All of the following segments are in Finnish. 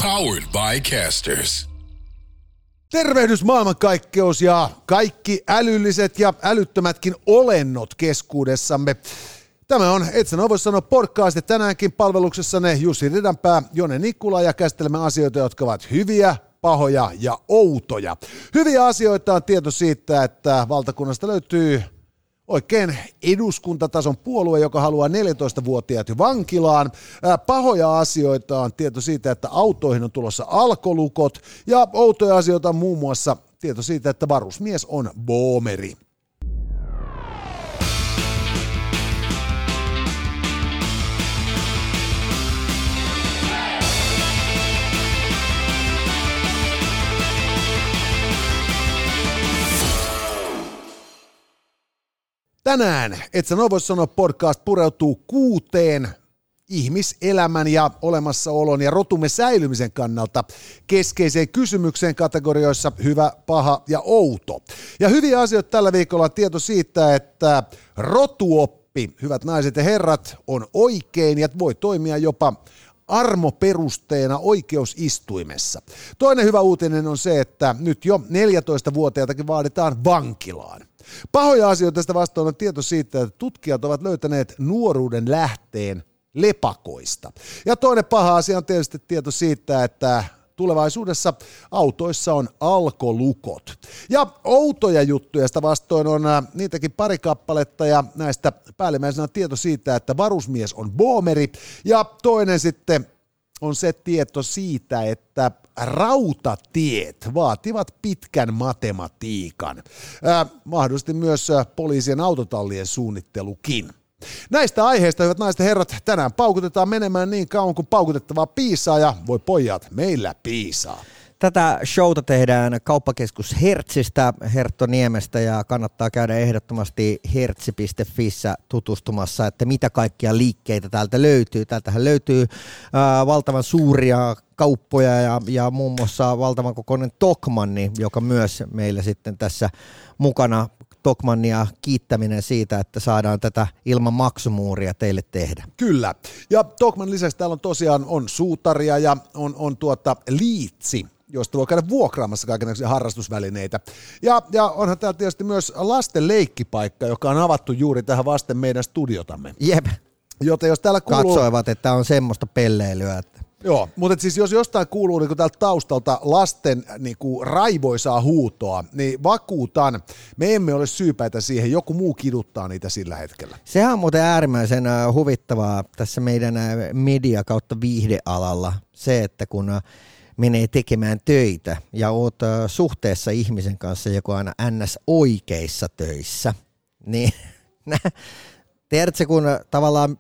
Powered by Casters. Tervehdys maailmankaikkeus ja kaikki älylliset ja älyttömätkin olennot keskuudessamme. Tämä on Et sä noin voi sanoa podcast ja tänäänkin palveluksessanne Jussi Ridanpää, Jone Nikkula ja käsittelemme asioita, jotka ovat hyviä, pahoja ja outoja. Hyviä asioita on tieto siitä, että valtakunnasta löytyy oikein eduskuntatason puolue, joka haluaa 14-vuotiaat jo vankilaan. Pahoja asioita on tieto siitä, että autoihin on tulossa alkolukot. Ja outoja asioita on muun muassa tieto siitä, että varusmies on boomeri. Tänään Et sä noin voi sanoa podcast pureutuu 6 ihmiselämän ja olemassaolon ja rotumme säilymisen kannalta keskeiseen kysymykseen kategorioissa hyvä, paha ja outo. Ja hyviä asioita tällä viikolla on tieto siitä, että rotuoppi, hyvät naiset ja herrat, on oikein ja voi toimia jopa armoperusteena oikeusistuimessa. Toinen hyvä uutinen on se, että nyt jo 14-vuotiaitakin vaaditaan vankilaan. Pahoja asioita tästä vastaan on tieto siitä, että tutkijat ovat löytäneet nuoruuden lähteen lepakoista. Ja toinen paha asia on tietysti tieto siitä, että tulevaisuudessa autoissa on alkolukot. Ja outoja juttuja sitä vastoin on niitäkin pari kappaletta ja näistä päällimmäisenä tieto siitä, että varusmies on boomeri ja toinen sitten on se tieto siitä, että rautatiet vaativat pitkän matematiikan. Mahdollisesti myös poliisien autotallien suunnittelukin. Näistä aiheista, hyvät naiset ja herrat, tänään paukutetaan menemään niin kauan kuin paukutettavaa piisaa ja voi pojat, meillä piisaa. Tätä showta tehdään kauppakeskus Hertzistä, Herttoniemestä ja kannattaa käydä ehdottomasti hertzi.fissä tutustumassa, että mitä kaikkia liikkeitä täältä löytyy. Täältähän löytyy valtavan suuria kauppoja ja muun muassa valtavan kokoinen Tokmanni, joka myös meillä sitten tässä mukana. Tokmannia kiittäminen siitä, että saadaan tätä ilman maksumuuria teille tehdä. Kyllä. Ja Tokman lisäksi täällä on tosiaan suutaria ja on liitsi, josta voi käydä vuokraamassa kaikenlaisia harrastusvälineitä. Ja onhan täällä tietysti myös lasten leikkipaikka, joka on avattu juuri tähän vasten meidän studiotamme. Jep. Joten jos täällä kuuluu... Katsoivat, että on semmoista pelleilyä, että... Joo, mutta siis jos jostain kuuluu niin täältä taustalta lasten niin raivoisaa huutoa, niin vakuutan, me emme ole syypäitä siihen, joku muu kiduttaa niitä sillä hetkellä. Sehän on muuten äärimmäisen huvittavaa tässä meidän media kautta viihdealalla, se, että kun menee tekemään töitä ja oot suhteessa ihmisen kanssa, joka on ns. Oikeissa töissä, niin tiedätkö, kun tavallaan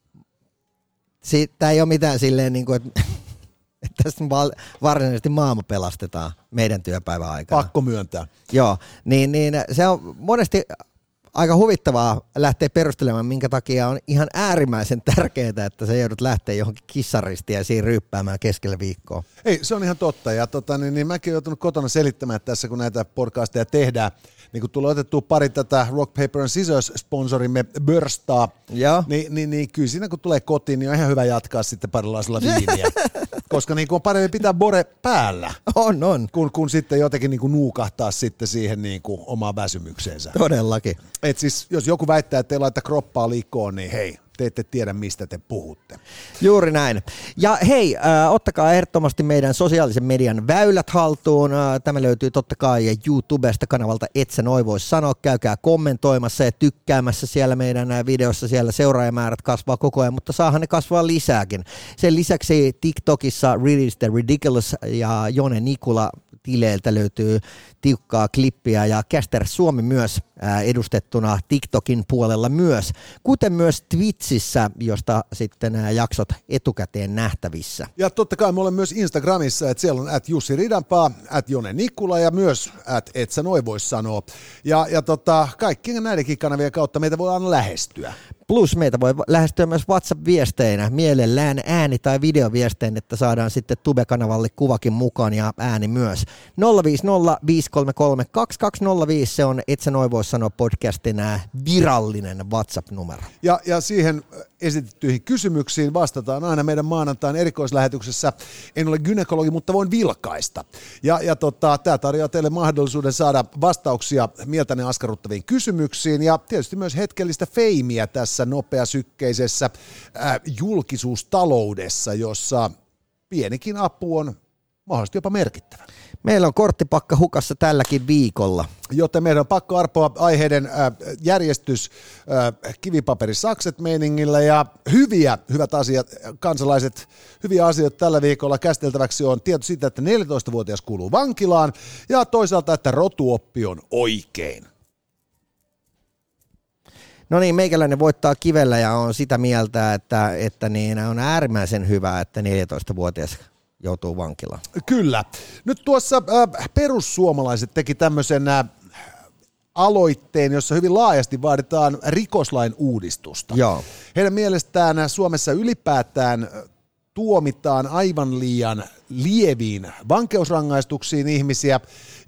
tämä ei ole mitään silleen, niin kuin, että tässä varsinaisesti maailma pelastetaan meidän työpäivän aikana. Pakko myöntää. Joo, niin se on monesti aika huvittavaa lähteä perustelemaan, minkä takia on ihan äärimmäisen tärkeää, että sä joudut lähteä johonkin kissaristiäisiin ryyppäämään keskellä viikkoa. Ei, se on ihan totta. Ja niin mäkin olen joutunut kotona selittämään tässä, kun näitä podcasteja tehdään. Niin kun tulee otettua pari tätä Rock, Paper and Scissors-sponsorimme Börstaa, niin kyllä siinä kun tulee kotiin, niin on ihan hyvä jatkaa sitten parilaisella viiniä. Koska niin on parempi pitää bore päällä. On. Kun sitten jotenkin niin nuukahtaa sitten siihen niin omaan väsymykseensä. Todellakin. Et siis, jos joku väittää, että ei laita kroppaa liikoon, niin hei, te ette tiedä, mistä te puhutte. Juuri näin. Ja hei, ottakaa ehdottomasti meidän sosiaalisen median väylät haltuun. Tämä löytyy totta kai YouTubesta kanavalta Et sä noin voi sanoa. Käykää kommentoimassa ja tykkäämässä siellä meidän videossa. Siellä seuraajamäärät kasvaa koko ajan, mutta saahan ne kasvaa lisääkin. Sen lisäksi TikTokissa Real is the Ridiculous ja Jone Nikula tileiltä löytyy tiukkaa klippiä ja Caster Suomi myös edustettuna TikTokin puolella myös, kuten myös Twitchissä, josta sitten nämä jaksot etukäteen nähtävissä. Ja totta kai me olemme myös Instagramissa, että siellä on @Jussi Ridanpää, @Jone Nikkula ja myös @Et sä noin voi sanoa. Ja kaikkien näidenkin kanavien kautta meitä voi aina lähestyä. Plus meitä voi lähestyä myös WhatsApp-viesteinä, mielellään ääni- tai videoviestein, että saadaan sitten Tube-kanavalle kuvakin mukaan ja ääni myös. 050 533 2205, se on Et sä noin voi sanoa podcastin virallinen WhatsApp-numero. Ja siihen esitettyihin kysymyksiin vastataan aina meidän maanantain erikoislähetyksessä. En ole gynekologi, mutta voin vilkaista. Tämä tarjoaa teille mahdollisuuden saada vastauksia mieltäne askarruttaviin kysymyksiin ja tietysti myös hetkellistä feimiä tässä nopeasykkeisessä julkisuustaloudessa, jossa pienikin apu on mahdollisesti jopa merkittävä. Meillä on korttipakka hukassa tälläkin viikolla. Joten meidän on pakko arpoa aiheiden järjestys kivipaperisakset meiningillä ja hyvät asiat, kansalaiset, hyviä asioita tällä viikolla käsiteltäväksi on tieto siitä, että 14-vuotias kuuluu vankilaan ja toisaalta, että rotuoppi on oikein. No niin, meikäläinen voittaa kivellä ja on sitä mieltä, että niin on äärimmäisen hyvä, että 14-vuotias joutuu vankilaan. Kyllä. Nyt tuossa perussuomalaiset teki tämmöisen aloitteen, jossa hyvin laajasti vaaditaan rikoslain uudistusta. Joo. Heidän mielestään Suomessa ylipäätään tuomitaan aivan liian lieviin vankeusrangaistuksiin ihmisiä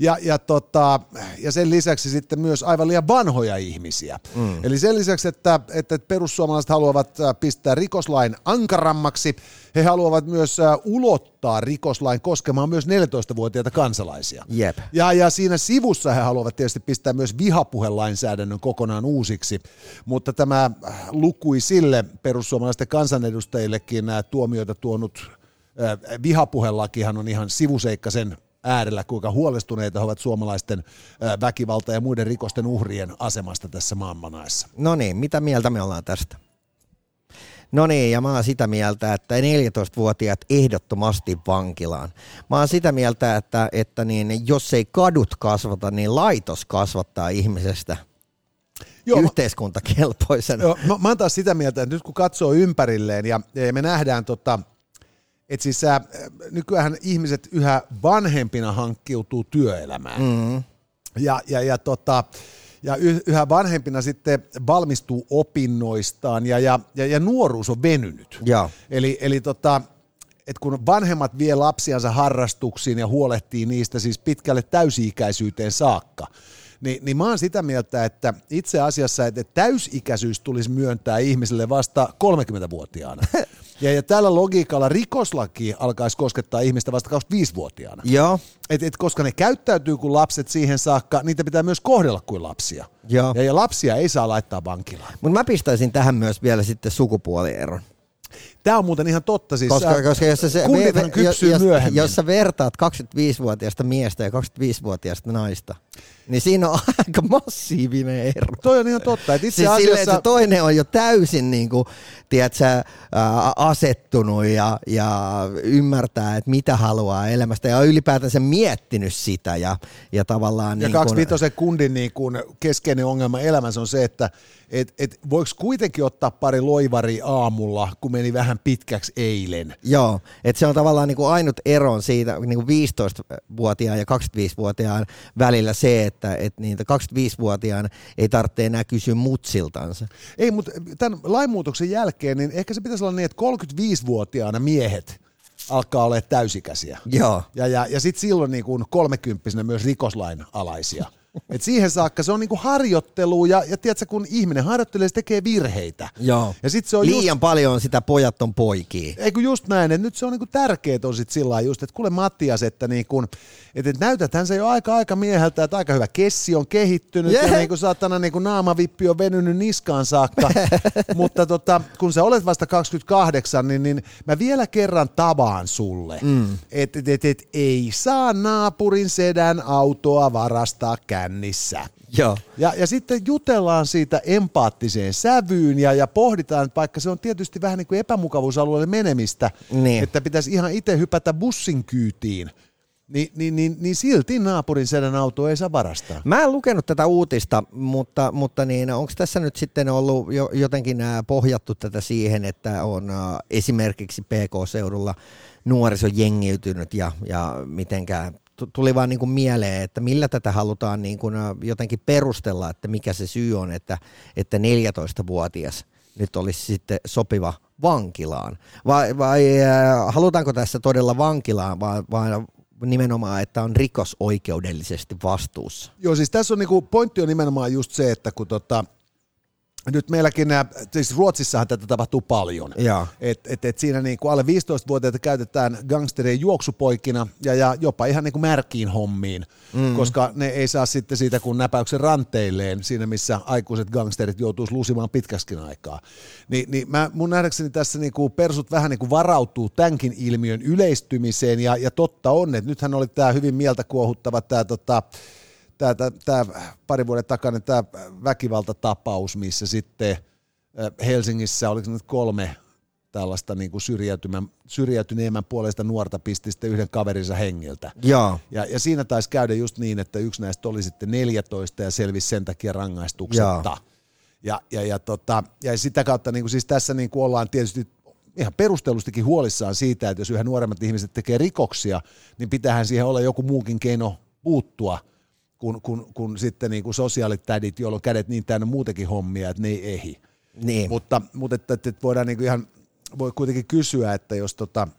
ja sen lisäksi sitten myös aivan liian vanhoja ihmisiä. Eli sen lisäksi, että perussuomalaiset haluavat pistää rikoslain ankarammaksi, he haluavat myös ulottaa rikoslain koskemaan myös 14-vuotiaita kansalaisia. Jep. Ja siinä sivussa he haluavat tietysti pistää myös vihapuhelainsäädännön kokonaan uusiksi, mutta tämä lukuisille perussuomalaisten kansanedustajillekin tuomioita tuonut vihapuhelakihan on ihan sivuseikka sen äärellä, kuinka huolestuneita ovat suomalaisten väkivalta- ja muiden rikosten uhrien asemasta tässä maanmanaessa. No niin, mitä mieltä me ollaan tästä? No niin, ja mä oon sitä mieltä, että 14-vuotiaat ehdottomasti vankilaan. Mä oon sitä mieltä, että niin, jos ei kadut kasvata, niin laitos kasvattaa ihmisestä yhteiskuntakelpoisena. Mä oon taas sitä mieltä, että nyt kun katsoo ympärilleen ja me nähdään että siis nykyään ihmiset yhä vanhempina hankkiutuu työelämään. Ja yhä vanhempina sitten valmistuu opinnoistaan ja nuoruus on venynyt. Ja. Eli että kun vanhemmat vie lapsiansa harrastuksiin ja huolehtii niistä siis pitkälle täysi-ikäisyyteen saakka, niin mä oon sitä mieltä, että itse asiassa että täysikäisyys tulisi myöntää ihmiselle vasta 30-vuotiaana. Ja tällä logiikalla rikoslaki alkaisi koskettaa ihmistä vasta 25-vuotiaana. Joo. Koska ne käyttäytyy kuin lapset siihen saakka, niitä pitää myös kohdella kuin lapsia. Joo. Ja lapsia ei saa laittaa vankilaan. Mutta mä pistäisin tähän myös vielä sitten sukupuolieron. Tämä on muuten ihan totta. Siis koska kundithan kypsyy myöhemmin. Jos sä vertaat 25-vuotiaista miestä ja 25-vuotiaista naista, niin siinä on aika massiivinen ero. Toi on ihan totta. Että itse siis asiassa silleen, että toinen on jo täysin niin kuin, tiedätkö, asettunut ja ymmärtää, että mitä haluaa elämästä ja on ylipäätänsä miettinyt sitä. Ja tavallaan ja niin 25 kundin niin kuin keskeinen ongelma elämässä on se, että voiko kuitenkin ottaa pari loivari aamulla, kun meni vähän pitkäksi eilen. Joo, että se on tavallaan niin kuin ainut ero siitä niin kuin 15-vuotiaan ja 25-vuotiaan välillä se, että niitä 25-vuotiaan ei tarvitse enää kysyä mutsiltansa. Ei, mutta tämän lainmuutoksen jälkeen niin ehkä se pitäisi olla niin, että 35-vuotiaana miehet alkaa olla täysikäisiä. Joo. Ja sitten silloin niin kuin 30-vuotiaana myös rikoslain alaisia. Et siihen saakka se on niinku harjoittelu ja tiedätkö, kun ihminen harjoittelee, se tekee virheitä. Joo. Ja sit se on liian paljon sitä pojat on poikia. Eikö just näin, että nyt se on niinku tärkeet on sit sillä lailla just, että kuule Mattias, että niinku, et näytäthän se jo aika mieheltä, että aika hyvä kessi on kehittynyt ja niinku saatana niinku naamavippi on venynyt niskaan saakka. Mutta kun sä olet vasta 28, niin mä vielä kerran tavaan sulle, että ei saa naapurin sedän autoa varastaa kännissä. Joo. Ja sitten jutellaan siitä empaattiseen sävyyn ja pohditaan, että vaikka se on tietysti vähän niin kuin epämukavuusalueelle menemistä, niin. Että pitäisi ihan itse hypätä bussin kyytiin, niin silti naapurin sedän auto ei saa varastaa. Mä en lukenut tätä uutista, mutta niin, onko tässä nyt sitten ollut jotenkin pohjattu tätä siihen, että on esimerkiksi PK-seudulla nuoriso jengiytynyt ja mitenkään tuli vaan niin kuin mieleen, että millä tätä halutaan niin kuin jotenkin perustella, että mikä se syy on, että 14-vuotias nyt olisi sitten sopiva vankilaan. Vai halutaanko tässä todella vankilaan, vai nimenomaan, että on rikosoikeudellisesti vastuussa? Joo, siis tässä on niinku, pointti on nimenomaan just se, että kun nyt meilläkin, siis Ruotsissahan tätä tapahtuu paljon, että siinä niinku alle 15-vuotiaita käytetään gangsterien juoksupoikina ja jopa ihan niinku märkiin hommiin, koska ne ei saa sitten siitä kun näpäyksen ranteilleen siinä, missä aikuiset gangsterit joutuisi lusimaan pitkäskin aikaa. Niin mun nähdäkseni tässä niinku persut vähän niinku varautuu tämänkin ilmiön yleistymiseen ja totta on, että nythän oli tämä hyvin mieltä kuohuttava tämä pari vuoden takainen tämä väkivaltatapaus, missä sitten Helsingissä oliko nyt 3 tällaista niin kuin syrjäytyneemmän puolesta nuorta pisti sitten yhden kaverinsa hengiltä. Ja siinä taisi käydä just niin, että yksi näistä oli sitten 14 ja selvisi sen takia rangaistuksetta. Ja sitä kautta niin kuin siis tässä niin kuin ollaan tietysti ihan perustellustikin huolissaan siitä, että jos yhä nuoremmat ihmiset tekee rikoksia, niin pitäähän siihen olla joku muukin keino puuttua, kun sitten niin kuin sosiaalitädit, joilla on kädet niin täynnä muutenkin hommia, että ne ei ehdi. Niin. Mutta että voidaan niin kuin ihan, voi kuitenkin kysyä, että jos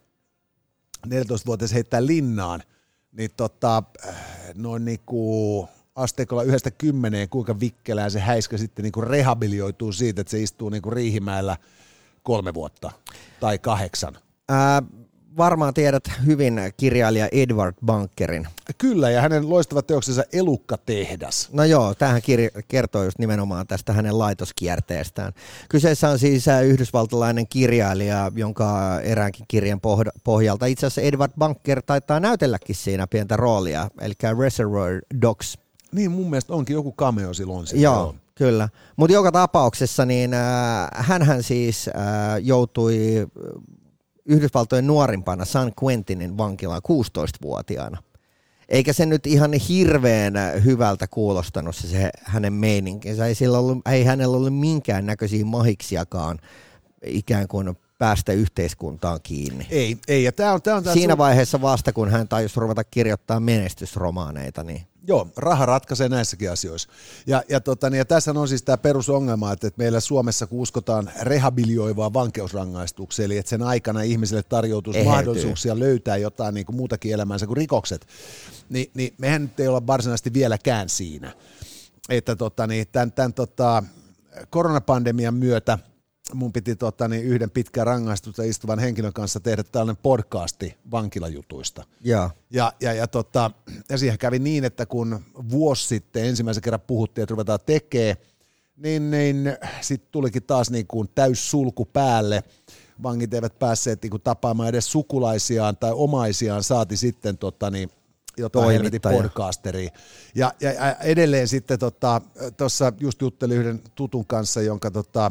14-vuotias heittää linnaan, niin noin niin kuin asteikolla 1-10, kuinka vikkelään se häiskä sitten niin kuin rehabilioituu siitä, että se istuu niin kuin Riihimäellä 3 vuotta tai 8. Varmaan tiedät hyvin kirjailija Edvard Bankerin. Kyllä, ja hänen loistava teoksensa Elukka-tehdas. No joo, tämähän kertoo just nimenomaan tästä hänen laitoskierteestään. Kyseessä on siis yhdysvaltalainen kirjailija, jonka eräänkin kirjan pohjalta itse asiassa Edvard Banker taitaa näytelläkin siinä pientä roolia, eli Reservoir Dogs. Niin, mun mielestä onkin joku cameo silloin. Joo, kyllä. Mutta joka tapauksessa niin hänhän siis joutui Yhdysvaltojen nuorimpana San Quentinin vankilaan 16-vuotiaana. Eikä se nyt ihan hirveän hyvältä kuulostanut se hänen meininkinsä. Ei hänellä ollut minkään näköisiä mahiksiakaan ikään kuin päästä yhteiskuntaan kiinni. Ei. Ja tää on siinä vaiheessa vasta, kun hän tajusi ruveta kirjoittaa menestysromaaneita, niin joo, raha ratkaisee näissäkin asioissa. Ja tässä on siis tämä perusongelma, että meillä Suomessa kun uskotaan rehabilioivaa vankeusrangaistuksia, eli että sen aikana ihmiselle tarjoutuisi mahdollisuuksia löytää jotain niin kuin muutakin elämäänsä kuin rikokset, niin mehän nyt ei olla varsinaisesti vieläkään siinä. Että tämän koronapandemian myötä mun piti yhden pitkän rangaistusta istuvan henkilön kanssa tehdä tällainen podcasti vankilajutuista. Ja siihen kävi niin, että kun vuosi sitten ensimmäisen kerran puhuttiin, että ruvetaan tekemään, niin sitten tulikin taas niin kuin täyssulku päälle. Vangit eivät päässeet niin kuin tapaamaan edes sukulaisiaan tai omaisiaan, saati sitten jotain helvetin podcasteria. Ja edelleen sitten tuossa just juttelin yhden tutun kanssa, jonka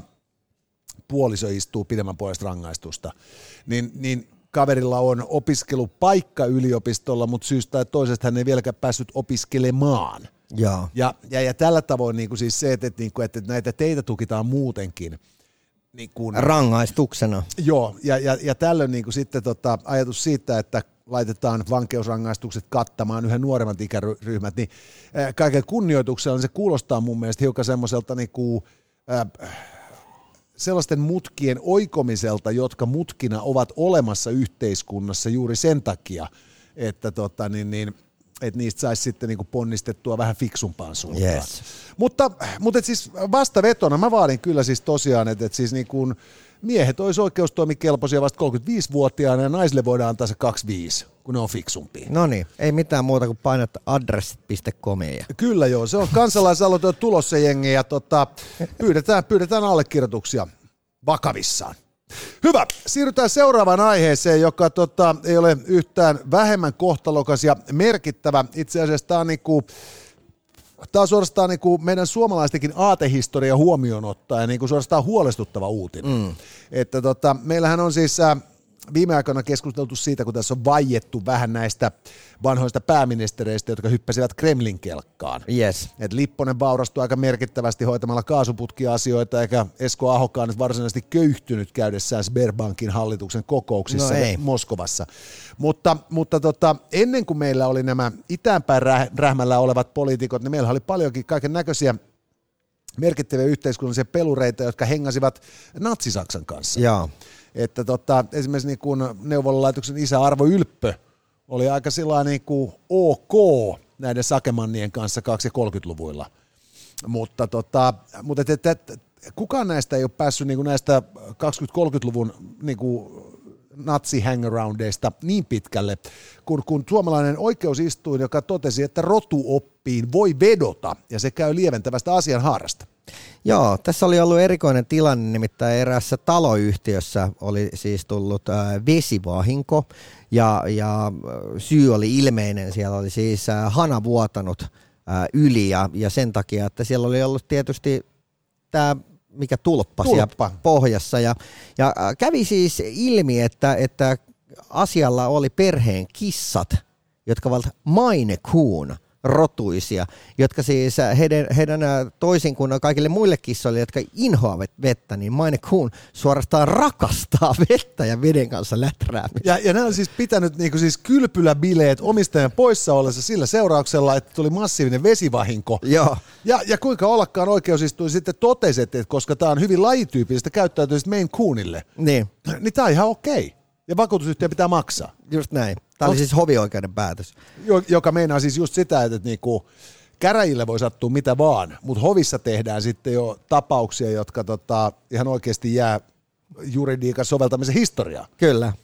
puoliso istuu pidemmän puolesta rangaistusta, niin kaverilla on opiskelupaikka yliopistolla, mutta syystä tai toisesta hän ei vieläkään päässyt opiskelemaan. Ja tällä tavoin niin kuin siis se, että näitä teitä tukitaan muutenkin. Niin kuin, rangaistuksena. Joo, ja tällöin niin kuin sitten ajatus siitä, että laitetaan vankeusrangaistukset kattamaan yhä nuoremmat ikäryhmät, niin kaiken kunnioituksella se kuulostaa mun mielestä hiukan semmoiselta niin kuin, sellaisten mutkien oikomiselta, jotka mutkina ovat olemassa yhteiskunnassa juuri sen takia, että että niistä saisi sitten niinku ponnistettua vähän fiksumpaan suuntaan. Yes. Mutta siis vastavetona mä vaadin kyllä siis tosiaan, että siis niinku miehet olisi oikeustoimikelpoisia vasta 35-vuotiaana ja naisille voidaan antaa se 25, kun ne on fiksumpia. No niin, ei mitään muuta kuin painat adressit.comia. Kyllä joo, se on kansalaisaloite tulossa jengi ja pyydetään allekirjoituksia vakavissaan. Hyvä, siirrytään seuraavaan aiheeseen, joka ei ole yhtään vähemmän kohtalokas ja merkittävä. Itse asiassa tämä on suorastaan meidän suomalaistenkin aatehistoria huomioon ottaen suorastaan huolestuttava uutinen. Että meillähän on siis viime aikoina keskusteltu siitä, kun tässä on vaiettu vähän näistä vanhoista pääministereistä, jotka hyppäsivät Kremlin kelkkaan. Yes. Et Lipponen vaurastui aika merkittävästi hoitamalla kaasuputkiasioita, eikä Esko Ahokaan nyt varsinaisesti köyhtynyt käydessään Sberbankin hallituksen kokouksissa Moskovassa. Mutta ennen kuin meillä oli nämä itäänpäin rähmällä olevat poliitikot, niin meillä oli paljonkin kaiken näköisiä merkittäviä yhteiskunnallisia pelureita, jotka hengasivat Natsi-Saksan kanssa. Joo. Että esimerkiksi niin kuin neuvolalaitoksen isä Arvo Ylppö oli aika sellainen niin kuin ok näiden sakemannien kanssa 20- ja 30-luvuilla. Mutta kukaan näistä ei ole päässyt niin kuin näistä 20-30-luvun niin kuin natsi-hangaroundeista niin pitkälle, kun suomalainen oikeusistuin, joka totesi, että rotuoppiin voi vedota, ja se käy lieventävästä asianhaarasta. Joo, tässä oli ollut erikoinen tilanne, nimittäin eräässä taloyhtiössä oli siis tullut vesivahinko, ja syy oli ilmeinen, siellä oli siis hana vuotanut yli, ja sen takia, että siellä oli ollut tietysti tämä mikä tulppa siellä pohjassa, ja kävi siis ilmi, että asialla oli perheen kissat, jotka ovat Maine Coon rotuisia, jotka siis heidän toisin kuin kaikille muille kissoille, jotka inhoavat vettä, niin Maine Coon suorastaan rakastaa vettä ja veden kanssa läträämistä. Ja nämä on siis pitänyt niinku siis kylpyläbileet omistajan poissa ollessa sillä seurauksella, että tuli massiivinen vesivahinko. Joo. Ja kuinka ollakaan oikeusistuin sitten totesi, että koska tämä on hyvin lajityypillistä käyttäytymistä Maine Coonille, niin tämä on ihan okei. Ja vakuutusyhtiö pitää maksaa. Just näin. Tämä oli siis hovioikeuden päätös. Joka meinaa siis just sitä, että niinku käräjille voi sattua mitä vaan, mutta hovissa tehdään sitten jo tapauksia, jotka ihan oikeasti jää juridiikan soveltamisen historiaan. Kyllä.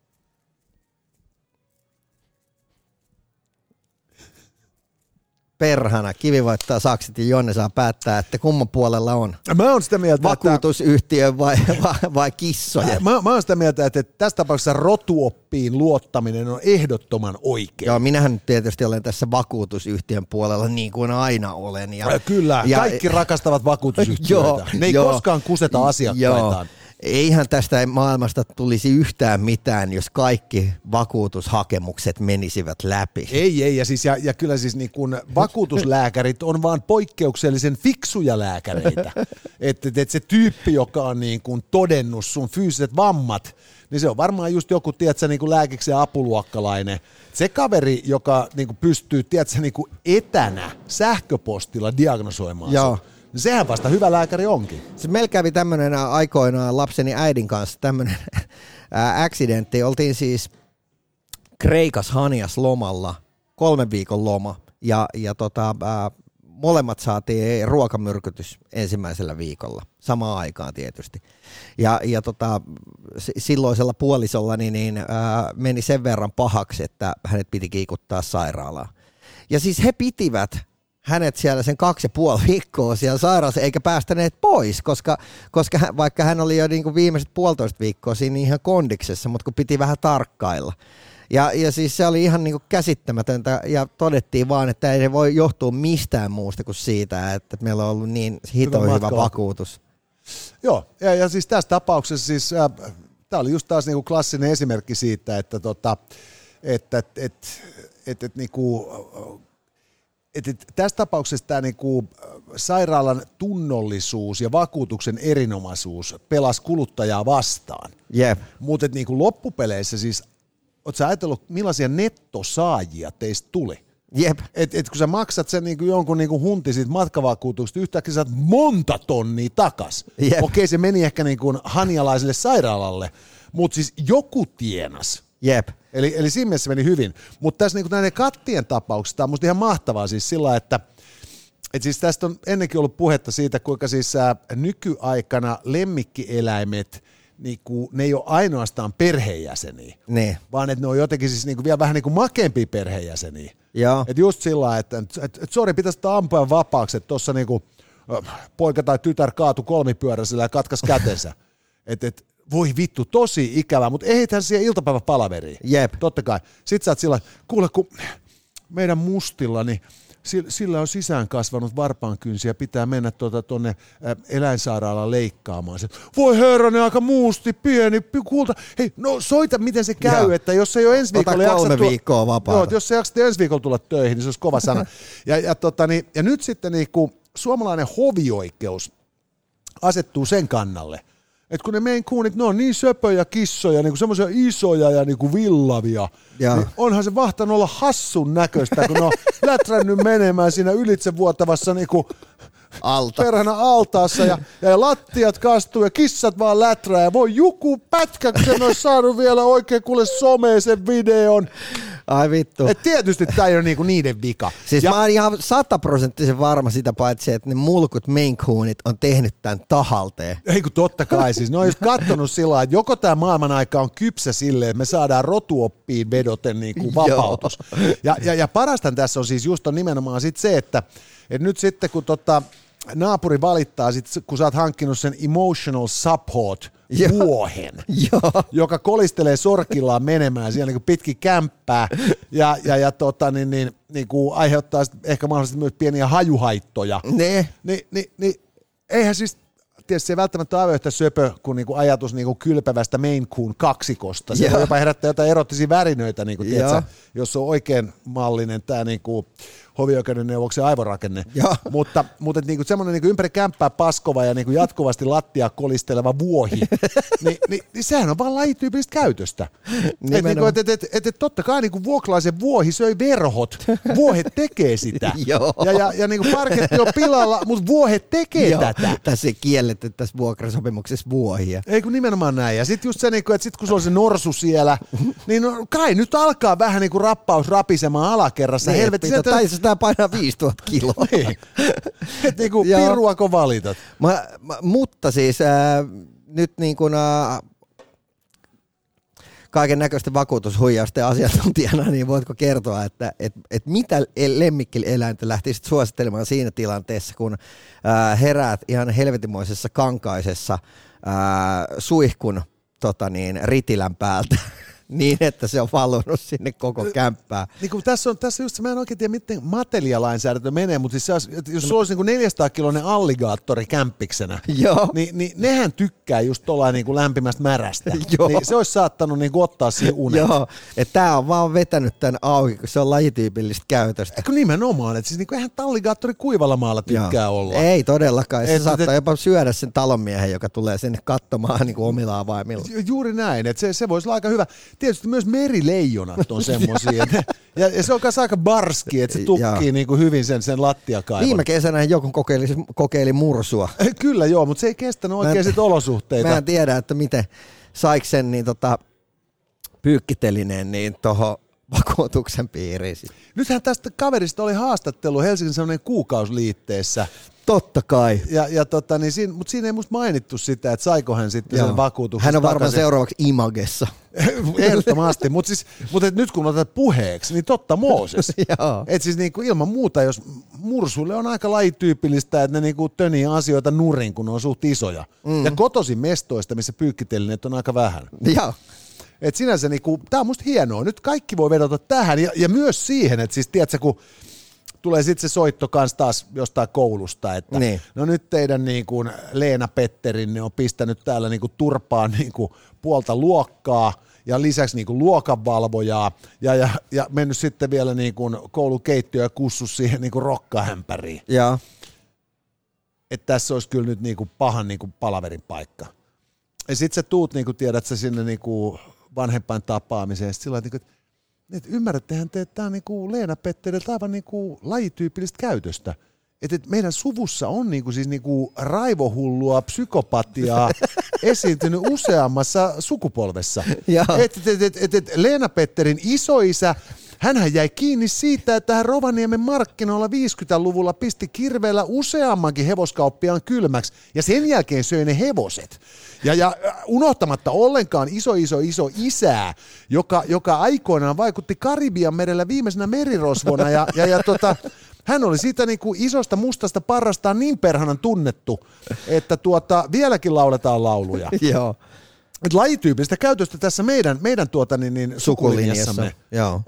Perhana, kivi voittaa sakset ja Jonne saa päättää, että kumman puolella on. Mä oon sitä mieltä, vakuutusyhtiön vai kissojen. Mä oon sitä mieltä, että tässä tapauksessa rotuoppiin luottaminen on ehdottoman oikein. Joo, minähän tietysti olen tässä vakuutusyhtiön puolella niin kuin aina olen. Kyllä, kaikki rakastavat vakuutusyhtiöitä. Ne ei koskaan kuseta asiakkaitaan. Eihän tästä maailmasta tulisi yhtään mitään, jos kaikki vakuutushakemukset menisivät läpi. Ei, ja kyllä siis niin kun vakuutuslääkärit on vaan poikkeuksellisen fiksuja lääkäreitä. Että se tyyppi, joka on niin kun todennut sun fyysiset vammat, niin se on varmaan just joku, tiedätkö, niin kuin lääkiksen apuluokkalainen. Se kaveri, joka niin kuin pystyy, tiedätkö, niin kuin etänä sähköpostilla diagnosoimaan sun. Sehän vasta hyvä lääkäri onkin. Se meillä kävi tämmöinen aikoinaan lapseni äidin kanssa tämmöinen accidentti. Oltiin siis Kreikas Hanias lomalla, 3 viikon loma, ja molemmat saatiin ruokamyrkytys ensimmäisellä viikolla, samaan aikaan tietysti. Ja silloisella puolisolla meni sen verran pahaksi, että hänet piti kiikuttaa sairaalaan. Ja siis he pitivät hänet siellä sen 2,5 viikkoa siellä sairaalassa, eikä päästäneet pois, koska vaikka hän oli jo niin kuin viimeiset 1,5 viikkoa siinä ihan kondiksessa, mutta kun piti vähän tarkkailla. Ja siis se oli ihan niin kuin käsittämätöntä, ja todettiin vaan, että ei voi johtua mistään muusta kuin siitä, että meillä on ollut niin hyvä vakuutus. Joo, ja siis tässä tapauksessa siis, tämä oli just taas niin kuin klassinen esimerkki siitä, että tässä tapauksessa tämä niinku sairaalan tunnollisuus ja vakuutuksen erinomaisuus pelasi kuluttajaa vastaan. Yep. Mutta niinku loppupeleissä siis, ootko sä ajatellut, millaisia nettosaajia teistä tuli? Jep. Et kun sä maksat sen niinku jonkun niinku hunti siitä matkavakuutuksesta, yhtäkkiä saat monta tonnia takas. Yep. Okei, se meni ehkä niinku hanialaiselle sairaalalle, mutta siis joku tienas. Jep. Eli siinä mielessä meni hyvin. Mutta tässä niinku näiden kattien tapauksessa on musta ihan mahtavaa siis sillä, että siis tästä on ennenkin ollut puhetta siitä, kuinka siis nykyaikana lemmikkieläimet, niinku, ne ei ole ainoastaan perheenjäseniä, vaan että ne on jotenkin siis niinku vielä vähän niinku makeampia perheenjäseniä. Että just sillä että sori, pitäisi ampua vapaaksi, että tuossa niinku, poika tai tytär kaatui kolmipyöräisellä ja katkas kätensä. Voi vittu, tosi ikävää, mutta ehithän siihen iltapäiväpalaveriin. Jep. Totta kai. Sitten sä oot sillä, kuule, kun meidän mustilla, niin sillä on sisään kasvanut varpaankynsiä, pitää mennä tuonne eläinsairaalaan leikkaamaan. Se, voi herranen, aika musti, pieni, kulta. Hei, no soita, miten se käy, että jos ei ole ensi viikolla jaksa 3 viikkoa vapaata. Jos ei jaksa ensi viikolla tulla töihin, niin se olisi kova sana. ja nyt sitten niin suomalainen hovioikeus asettuu sen kannalle, että kun ne Maine Coonit, ne on niin söpöjä kissoja, niin semmoisia isoja ja niin villavia, niin onhan se vahtanut olla hassun näköistä, kun ne on lätrännyt menemään siinä ylitsevuotavassa niin perhana altaassa ja lattiat kastuu ja kissat vaan läträä ja voi joku pätkä, kun sen olisi saanut vielä oikein kuule someen sen videon. Ai vittu. Et tietysti tämä ei ole niinku niiden vika. Siis mä oon ihan 100% varma sitä paitsi, että ne mulkut Maine Coonit on tehnyt tämän tahalteen. Ei kun totta kai, siis ne on just kattonut sillä lailla, että joko tämä maailman aika on kypsä silleen, että me saadaan rotuoppiin vedoten niinku vapautus. Ja parastan tässä on siis just on nimenomaan sit se, että nyt sitten kun naapuri valittaa, sit, kun sä oot hankkinut sen emotional support vuohen, joka kolistelee sorkillaan menemään siellä niin pitkin kämppää ja niin kuin aiheuttaa ehkä mahdollisesti myös pieniä hajuhaittoja. Niin eihän siis, tietysti se ei välttämättä ole aivan yhtä söpö kuin niinku ajatus niinku kylpevästä Maine Coon kaksikosta. Se voi jopa herättää jotain erottisia värinöitä, niinku, tiedätkö, jos on oikein mallinen tämä niinku hovioikeuden neuvoksen aivorakenne. Mutta niinku semmoinen niinku ympäri kämppää paskova ja niinku jatkuvasti lattia kolisteleva vuohi, niin sehän on vaan lajityypillistä käytöstä. Et totta kai niinku vuokralaisen vuohi söi verhot. Vuohet tekee sitä. ja niinku parketti on pilalla, mutta vuohet tekee tätä. Tässä ei kielletty tässä vuokrasopimuksessa vuohia. Ei kun nimenomaan näin. Ja sitten just se, että sit kun se on se norsu siellä, niin kai nyt alkaa vähän niinku rappaus rapisemaan alakerrassa. Helvetti. Tämä painaa 5000 kiloa. Niin. Et niinku piruako valitat. Mutta siis nyt niin kuin kaiken näköisten vakuutushuijausten asiantuntijana, niin voitko kertoa, että mitä lemmikkieläintä lähtisit suosittelemaan siinä tilanteessa, kun heräät ihan helvetimoisessa kankaisessa suihkun ritilän päältä? Niin, että se on valunut sinne koko kämppään. Niin tässä on just, mä en oikein tiedä, miten Matelia-lainsäädäntö menee, mutta siis jos sulla olisi niin 400-kiloinen alligaattori kämppiksenä, niin nehän tykkää just tuollain niin lämpimästä märästä. Niin se olisi saattanut niin ottaa siihen unet. Joo, että tämä on vaan vetänyt tämän auki, kun se on lajityypillistä käytöstä. Eikö nimenomaan, että siis niin eihän alligaattori kuivalla maalla tykkää olla. Ei todellakaan, se saattaa jopa syödä sen talonmiehen, joka tulee sinne katsomaan niin omilla avaimilla. Juuri näin, että se voisi olla aika hyvä. Tietysti myös merileijonat on semmoisia. ja se on myös aika barski, että se tukkii niin kuin hyvin sen lattiakaivon. Viime kesänä joku kokeili mursua. Kyllä joo, mutta se ei kestänyt oikein sit olosuhteita. Mä en tiedä, että miten saiko sen pyykkitelineen niin tuohon vakuutuksen piiriin. Nythän tästä kaverista oli haastattelu Helsingin sellainen kuukausliitteessä. Totta kai. Mutta siinä ei musta mainittu sitä, että saiko hän sitten sen vakuutuksen. Hän on varmaan seuraavaksi Imagessa. Ehdottomasti, mutta nyt kun otat puheeksi, niin totta Mooses. Et siis niinku ilman muuta, jos mursuille on aika lajityypillistä, että ne niinku tönii asioita nurin, kun ne on suht isoja. Ja kotoisin mestoista, missä pyykkitelineet on aika vähän. Et sinänsä niinku, tää on musta hienoa. Nyt kaikki voi vedota tähän ja myös siihen, että siis tiedätkö, kun tulee sitten se soitto kanssa taas jostain koulusta, että no nyt teidän niin kuin Leena Petterinne on pistänyt täällä niin kuin turpaan niin kuin puolta luokkaa ja lisäksi niin kuin luokanvalvojaa ja mennyt sitten vielä niin kuin koulukeittiöön ja kussus siihen niin kuin rokkahämpäriin. Että tässä olisi kyllä nyt niin kuin pahan niin kuin palaverin paikka. Ja sitten sä tuut, niin kuin tiedät sä sinne niin kuin vanhempain tapaamiseen, sitten sillä tavalla, että ymmärrättehän te, että tämä on niinku Leena Petteriltä aivan niinku lajityypillistä käytöstä. Että meidän suvussa on siis raivohullua psykopatiaa esiintynyt useammassa sukupolvessa. Et Leena Petterin isoisä, hänhän jäi kiinni siitä, että hän Rovaniemen markkinoilla 50-luvulla pisti kirveellä useammankin hevoskauppiaan kylmäksi ja sen jälkeen söi ne hevoset. Ja unohtamatta ollenkaan iso isää, joka aikoinaan vaikutti Karibian merellä viimeisenä merirosvona hän oli siitä niinku isosta mustasta parrastaan niin perhanan tunnettu, että vieläkin lauletaan lauluja. Joo. Et lajityypillistä käytöstä tässä meidän sukulinjassamme. Joo.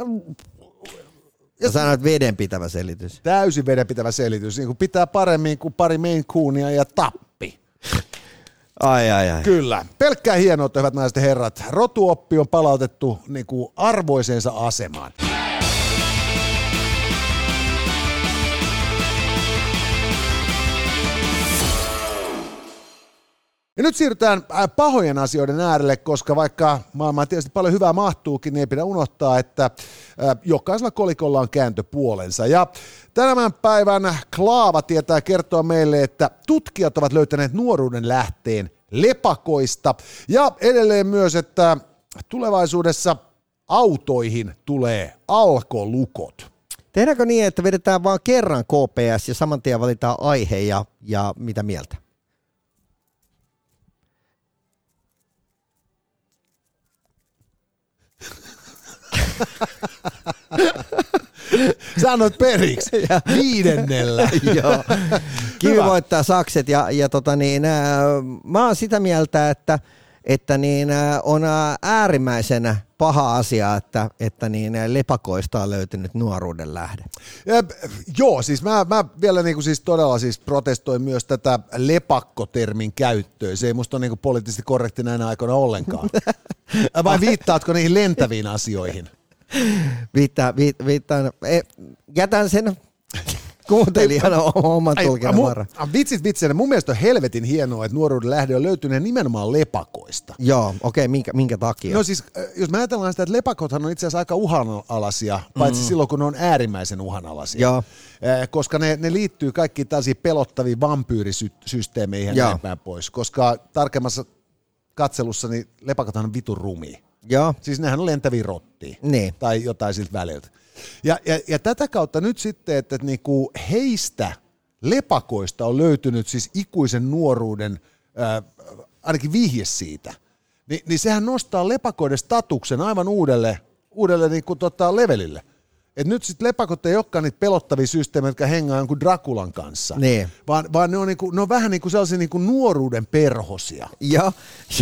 Ja sanoit vedenpitävä selitys. Täysin vedenpitävä selitys. Niin kuin pitää paremmin kuin pari Maine Coonia ja tappi. Ai. Kyllä. Pelkkää hienoutta, hyvät naiset ja herrat. Rotuoppi on palautettu niin kuin arvoiseensa asemaan. Ja nyt siirrytään pahojen asioiden äärelle, koska vaikka maailmaan tietysti paljon hyvää mahtuukin, niin ei pidä unohtaa, että jokaisella kolikolla on kääntöpuolensa. Ja tämän päivän Klaava tietää kertoa meille, että tutkijat ovat löytäneet nuoruuden lähteen lepakoista. Ja edelleen myös, että tulevaisuudessa autoihin tulee alkolukot. Tehdäänkö niin, että vedetään vaan kerran KPS ja saman tien valitaan aihe ja mitä mieltä? Sä annoit periksi 5. Joo. Kivi voittaa sakset ja mä oon sitä mieltä, että on äärimmäisen paha asia, että lepakoista on löytynyt nuoruuden lähde. Joo, siis mä vielä siis todella siis protestoin myös tätä lepakkotermin käyttöä. Se ei musta ole poliittisesti korrekti näinä aikoina ollenkaan. Vai viittaatko niihin lentäviin asioihin? Viittaan. Jätän sen kuuntelijan oman tulkinnan varaan. Vitsit, mun mielestä on helvetin hienoa, että nuoruuden lähde on löytynyt nimenomaan lepakoista. Joo, okei, minkä takia? No siis, jos me ajatellaan sitä, että lepakothan on itse asiassa aika uhanalaisia, paitsi silloin, kun ne on äärimmäisen uhanalaisia. Joo. Koska ne liittyy kaikkiin tällaisiin pelottaviin vampyyrisysteemeihin ja näin päin pois. Koska tarkemmassa katselussa niin lepakothan on vitun rumia. Joo. Siis nehän on lentäviä rottia. Niin. Tai jotain siltä väliltä. Ja tätä kautta nyt sitten, että niinku heistä lepakoista on löytynyt siis ikuisen nuoruuden, ainakin vihje siitä, niin sehän nostaa lepakoiden statuksen aivan uudelle niinku levelille. Et nyt sitten lepakot ei olekaan niitä pelottavia systeemejä, jotka hengaa jonkun Draculan kanssa, niin. vaan ne on vähän niinku sellaisia niinku nuoruuden perhosia. Joo,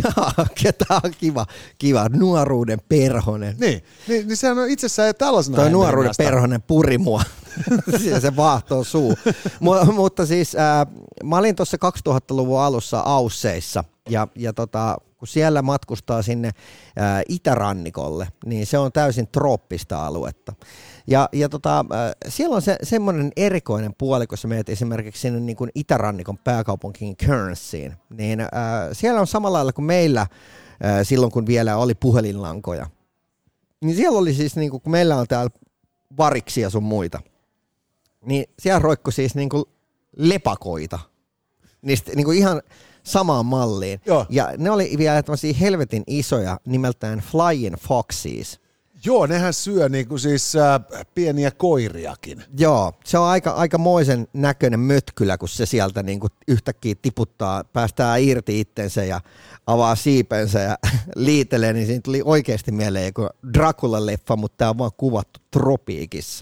tämä on kiva, nuoruuden perhonen. Niin sehän on itsessään tällaisena. Toi nuoruuden perhonen puri mua, se vaahtoo suu. Mutta siis mä olin tuossa 2000-luvun alussa Ausseissa ja kun siellä matkustaa sinne itärannikolle, niin se on täysin trooppista aluetta. Ja siellä on semmoinen erikoinen puoli, kun sä menet esimerkiksi sinne niin kuin itärannikon pääkaupunkiin Guernseyin, niin siellä on samalla lailla kuin meillä silloin, kun vielä oli puhelinlankoja. Niin siellä oli siis, niin kuin, kun meillä on täällä variksia sun muita, niin siellä roikkui siis niin kuin lepakoita, niistä niin kuin ihan samaan malliin. Joo. Ja ne oli vielä tämmöisiä helvetin isoja, nimeltään Flying Foxes. Joo, nehän syö niinku siis pieniä koiriakin. Joo, se on aikamoisen näköinen mötkylä, kun se sieltä niinku yhtäkkiä tiputtaa, päästää irti itsensä ja avaa siipensä ja liitelee, niin siinä tuli oikeasti mieleen joku Dracula-leffa, mutta tämä on vaan kuvattu tropiikissa.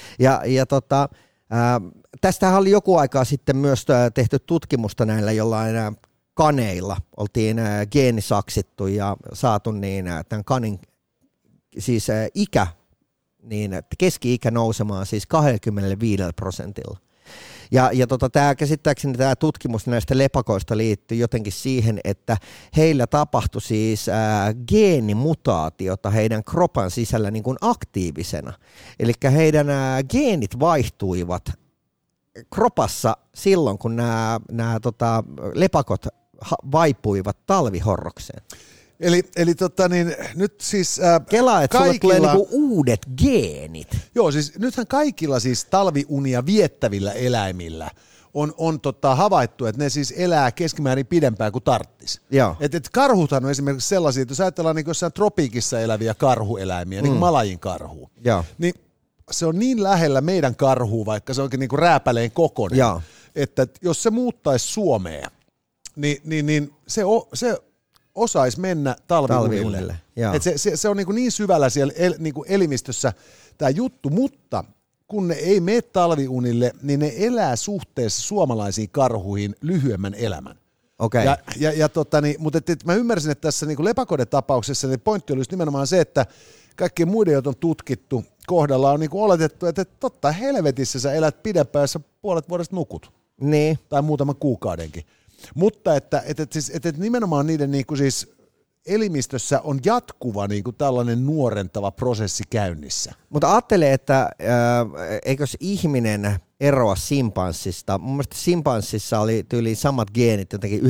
Tästähän oli joku aikaa sitten myös tehty tutkimusta näillä jollain kaneilla. Oltiin geenisaksittu ja saatu tämän kanin siis ikä, niin keski-ikä nousemaan siis 25%. Ja tämä käsittääkseni tämä tutkimus näistä lepakoista liittyy jotenkin siihen, että heillä tapahtui siis geenimutaatiota heidän kropan sisällä niin kuin aktiivisena. Eli heidän geenit vaihtuivat kropassa silloin, kun nämä lepakot vaipuivat talvihorrokseen. Eli nyt siis kelaa, että sulle tulee niinku uudet geenit. Joo, siis nythän kaikilla siis talviunia viettävillä eläimillä on havaittu, että ne siis elää keskimäärin pidempään kuin tarttis. Et karhuthan on esimerkiksi sellaisia, että jos ajatellaan niin jossain tropiikissa eläviä karhueläimiä, niin kuin Malajin karhu, niin se on niin lähellä meidän karhua, vaikka se onkin niin kuin rääpäleen kokoinen, että jos se muuttaisi Suomeen, niin se osaisi mennä talviunille. Se on niin syvällä siellä elimistössä tämä juttu, mutta kun ne ei mene talviunille, niin ne elää suhteessa suomalaisiin karhuihin lyhyemmän elämän. Okay. Mutta mä ymmärsin, että tässä niin lepakoiden tapauksessa niin pointti oli just nimenomaan se, että kaikkien muiden, joita on tutkittu, kohdalla on niin oletettu, että totta helvetissä sä elät pidempään, jos sä puolet vuodesta nukut. Niin. Tai muutaman kuukaudenkin. Mutta että nimenomaan niiden niin siis elimistössä on jatkuva niin kuin tällainen nuorentava prosessi käynnissä. Mutta ajattelee, että eikös ihminen eroa simpanssista? Mun mielestä simpanssissa oli tyyliin samat geenit jotenkin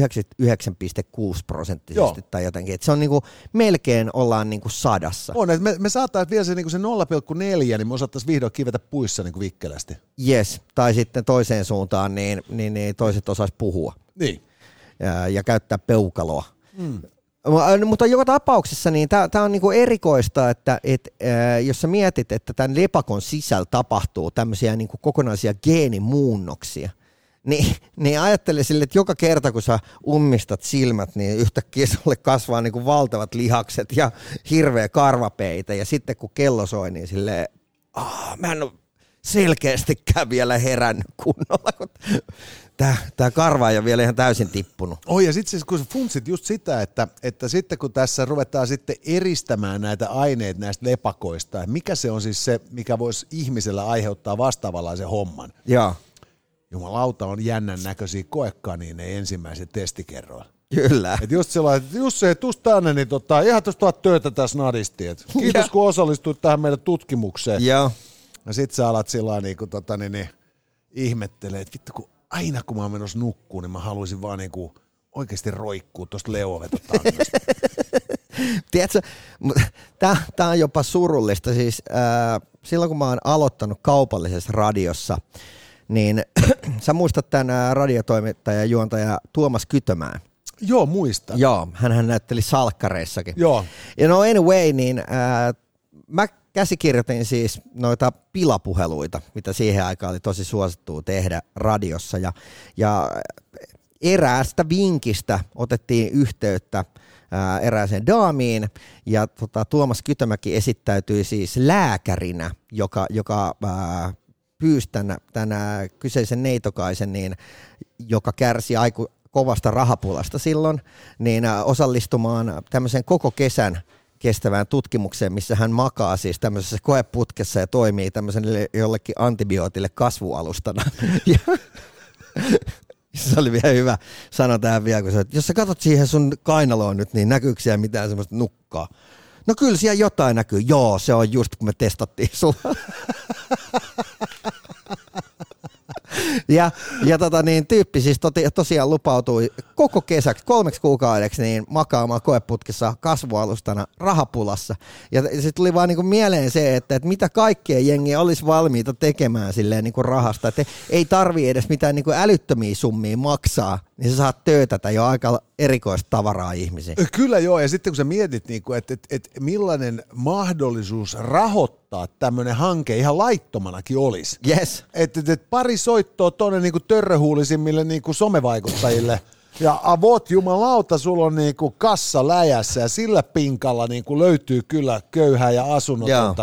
99,6% tai jotenkin. Et se on niinku, melkein ollaan niinku sadassa. On, että me saataisiin vielä se, niinku se 0,4, niin me osattaisiin vihdoin kivetä puissa niinku vikkelästi. Yes, tai sitten toiseen suuntaan, niin toiset osais puhua. Niin. Ja käyttää peukaloa. Mutta joka tapauksessa niin tämä on niinku erikoista, että jos sä mietit, että tämän lepakon sisällä tapahtuu tämmöisiä niinku kokonaisia geenimuunnoksia, niin ajattele sille, että joka kerta kun sä ummistat silmät, niin yhtäkkiä sulle kasvaa niinku valtavat lihakset ja hirveä karvapeite, ja sitten kun kello soi, niin silleen, mä en ole selkeästikään vielä herännyt kunnolla, kun Tämä karva ei ole vielä ihan täysin tippunut. Ja sitten kun sä funtsit just sitä, että sitten kun tässä ruvetaan sitten eristämään näitä aineita näistä lepakoista, mikä se on siis se, mikä voisi ihmisellä aiheuttaa vastaavanlaisen homman. Joo. Jumalauta, on jännän näköisiä koekaniineja ensimmäisen testikerroilla. Kyllä. Et just sellainen, että just se, tuus tänne, niin ihan tuosta töitä tässä nadisti. Kiitos kun osallistuit tähän meidän tutkimukseen. Joo. Ja sit sä alat sillä niin ihmettelee, että vittu kun aina kun mä oon menossa nukkuun, niin mä haluaisin vaan niinku oikeasti roikkuu tuosta leuavetotangasta. Tiedätkö, tää on jopa surullista. Siis, silloin kun mä oon aloittanut kaupallisessa radiossa, niin sä muistat tämän radiotoimittaja ja juontaja Tuomas Kytömään. Joo, muistan. Joo, hänhän näytteli salkkareissakin. Joo. Ja no anyway, niin mä käsikirjoitin siis noita pilapuheluita, mitä siihen aikaan oli tosi suosittua tehdä radiossa. Ja eräästä vinkistä otettiin yhteyttä erääseen daamiin, ja Tuomas Kytömäki esittäytyi siis lääkärinä, joka pyysi tämän kyseisen neitokaisen, niin, joka kärsi kovasta rahapulasta silloin, niin osallistumaan tämmöisen koko kesän kestävään tutkimukseen, missä hän makaa siis tämmöisessä koeputkessa ja toimii tämmöiselle jollekin antibiootille kasvualustana. Se oli vielä hyvä sana tähän vielä, kun jos sä katsot siihen sun kainaloon nyt, niin näkyykö siellä mitään semmoista nukkaa? No kyllä siellä jotain näkyy. Joo, se on just kun me testattiin sulla. Ja tyyppi siis tosiaan lupautui koko kesäksi 3 kuukaudeksi niin makaamaan koeputkessa kasvualustana rahapulassa. Ja sitten tuli vaan niinku mieleen se, että mitä kaikkea jengiä olisi valmiita tekemään silleen niinku rahasta. Että ei tarvii edes mitään niinku älyttömiä summia maksaa, niin sä saat töötätä jo aika erikoista tavaraa ihmisiin. Kyllä joo, ja sitten kun sä mietit, niinku, että millainen mahdollisuus rahoittaa tämmöinen hanke ihan laittomanakin olisi. Yes. Että pari soittoa tuonne niinku törröhuulisimmille niinku somevaikuttajille, ja avot jumalauta, sulla on niinku kassa läjässä, ja sillä pinkalla niinku löytyy kyllä köyhää ja asunnotonta.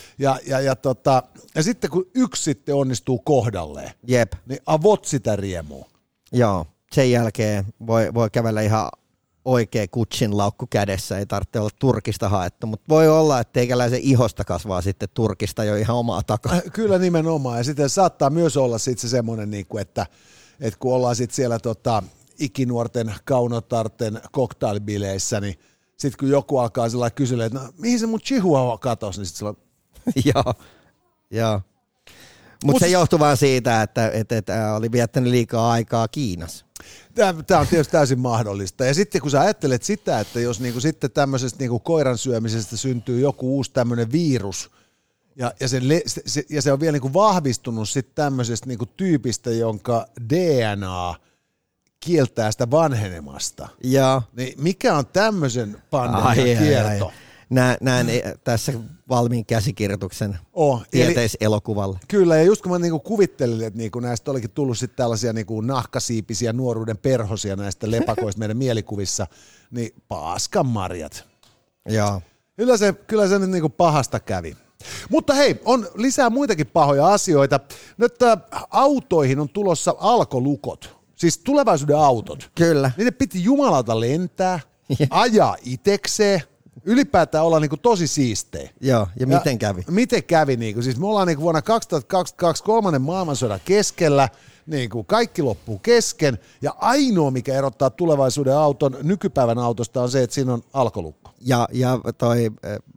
Ja sitten kun yksi sitten onnistuu kohdalleen, Jep. niin avot sitä riemua. Joo, sen jälkeen voi kävellä ihan oikea kutsin laukku kädessä, ei tarvitse olla turkista haettu, mutta voi olla, että teikäläisen ihosta kasvaa sitten turkista jo ihan omaa takaa. Kyllä nimenomaan, ja sitten saattaa myös olla sitten se semmoinen, että kun ollaan sitten siellä ikinuorten kaunotarten cocktailbileissä, niin sitten kun joku alkaa sellainen kysyä, että no, mihin se mun chihuahua katosi, niin sitten sillä on... Joo. Mutta se johtuu vaan siitä, että oli viettänyt liikaa aikaa Kiinassa. Tämä on tietysti täysin mahdollista. Ja sitten kun sä ajattelet sitä, että jos niinku sitten tämmöisestä niinku koiran syömisestä syntyy joku uusi tämmöinen virus, ja se on vielä niinku vahvistunut sitten tämmöisestä niinku tyypistä, jonka DNA kieltää sitä vanhenemasta. Joo. Niin mikä on tämmöisen pandemian kierto? Näen tässä valmiin käsikirjoituksen tieteiselokuvalle. Kyllä, ja just kun mä niinku kuvittelin, että niinku näistä olikin tullut sitten tällaisia niinku nahkasiipisiä nuoruuden perhosia näistä lepakoista meidän mielikuvissa, niin paskan marjat. Joo. Kyllä se nyt niinku pahasta kävi. Mutta hei, on lisää muitakin pahoja asioita. Nyt autoihin on tulossa alkolukot, siis tulevaisuuden autot. Kyllä. Niiden piti jumalauta lentää, ajaa itekseen. ylipäätään olla niinku tosi siistejä. Joo, ja miten kävi? Miten kävi? Niinku, siis me ollaan niinku vuonna 2022 kolmannen maailmansodan keskellä, niinku kaikki loppuu kesken, ja ainoa mikä erottaa tulevaisuuden auton nykypäivän autosta on se, että siinä on alkolukko. Ja toi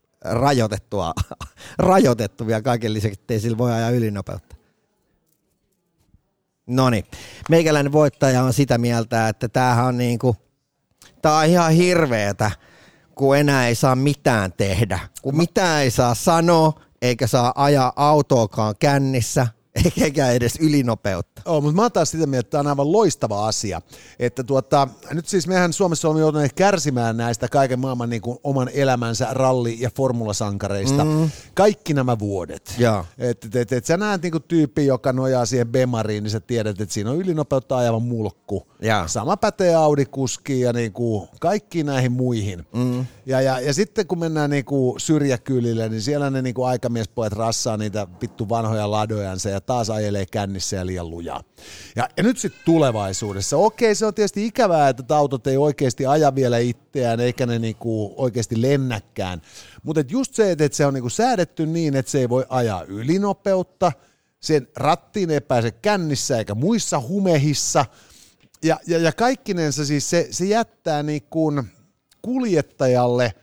rajoitettu vielä kaiken lisäksi, ettei sillä voi ajaa ylinopeutta. Noniin, meikäläinen voittaja on sitä mieltä, että tämähän on niinku, tää on ihan hirveetä, kun enää ei saa mitään tehdä. Kun mitään ei saa sanoa, eikä saa ajaa autoakaan kännissä, eikä edes ylinopeutta. Mutta mä oon taas sitä mieltä, että tämä on aivan loistava asia. Että nyt siis mehän Suomessa olemme joutuneet kärsimään näistä kaiken maailman niin kuin oman elämänsä ralli- ja formulasankareista kaikki nämä vuodet. Et sä näet niin kuin tyyppi, joka nojaa siihen Bemariin, niin sä tiedät, että siinä on ylinopeutta ajava mulkku. Ja. Sama pätee Audi-kuskiin ja niin kuin kaikkiin näihin muihin. Ja sitten kun mennään niin kuin syrjäkylille, niin siellä ne niin kuin aikamiespojat rassaa niitä vittu vanhoja ladojansa ja taas ajelee kännissä ja liian lujaa. Ja nyt sitten tulevaisuudessa, okei, se on tietysti ikävää, että autot ei oikeasti aja vielä itseään, eikä ne niinku oikeasti lennäkään. Mutta just se, että se on niinku säädetty niin, että se ei voi ajaa ylinopeutta, sen rattiin ei pääse kännissä eikä muissa humehissa, ja kaikkinensa siis se jättää niinku kuljettajalle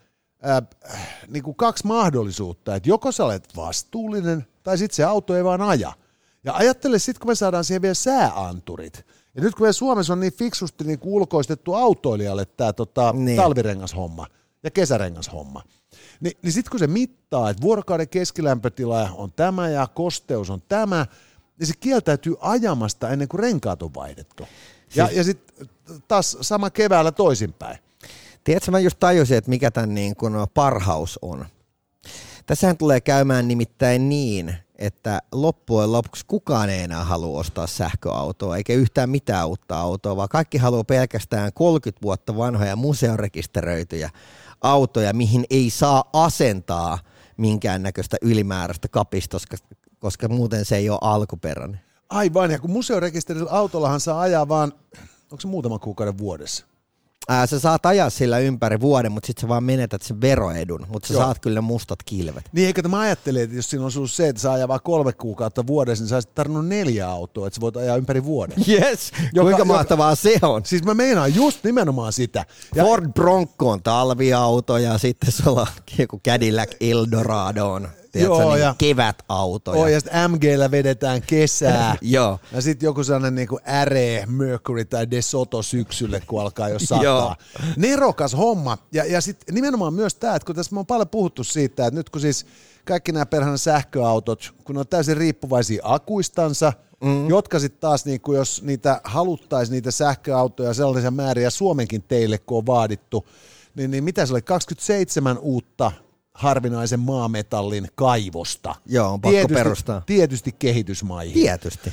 niinku kaksi mahdollisuutta, että joko sä olet vastuullinen, tai sitten se auto ei vaan aja. Ja ajattele sitten, kun me saadaan siihen vielä sääanturit. Ja nyt kun me Suomessa on niin fiksusti niin ulkoistettu autoilijalle tämä talvirengashomma ja kesärengashomma, niin sitten kun se mittaa, että vuorokauden keskilämpötila on tämä ja kosteus on tämä, niin se kieltäytyy ajamasta ennen kuin renkaat on vaihdettu. Ja sitten taas sama keväällä toisinpäin. Tiedätkö, mä just tajusin, että mikä tämän niin kuin parhaus on. Tässähän tulee käymään nimittäin niin, että loppujen lopuksi kukaan ei enää halua ostaa sähköautoa, eikä yhtään mitään uutta autoa, vaan kaikki haluaa pelkästään 30 vuotta vanhoja museorekisteröityjä autoja, mihin ei saa asentaa minkäännäköistä ylimääräistä kapistosta, koska muuten se ei ole alkuperäinen. Aivan, ja kun museorekisteröidyllä autollahan saa ajaa vaan, onko se muutaman kuukauden vuodessa? Sä saat ajaa sillä ympäri vuoden, mutta sitten sä vaan menetät sen veroedun, mutta sä saat kyllä mustat kilvet. Niin, eikä mä ajattelin, että jos siinä on se, että sä ajaa vaan 3 kuukautta vuodessa, niin sä olisit tarvinnut 4 autoa, että sä voit ajaa ympäri vuoden. Yes, kuinka mahtavaa se on. Siis mä meinaan just nimenomaan sitä. Ja Ford Bronco on talviauto ja sitten sulla on joku Cadillac Eldorado on. Tiedätkö, niin kevätautoja. Ja sitten MG:llä vedetään kesää. Joo. Ja sitten joku sellainen niin kuin Äre, Mercury tai DeSoto syksylle, kun alkaa jo sataa. Nerokas homma. Ja sitten nimenomaan myös tämä, että kun tässä me on paljon puhuttu siitä, että nyt kun siis kaikki nämä perhana sähköautot, kun ne on täysin riippuvaisia akuistansa, jotka sitten taas, niin kuin jos niitä haluttaisiin, niitä sähköautoja sellaisia määriä Suomenkin teille, kun on vaadittu, niin mitä se oli, 27 uutta harvinaisen maametallin kaivosta. Joo, on pakko perustaa. Tietysti kehitysmaihin. Tietysti.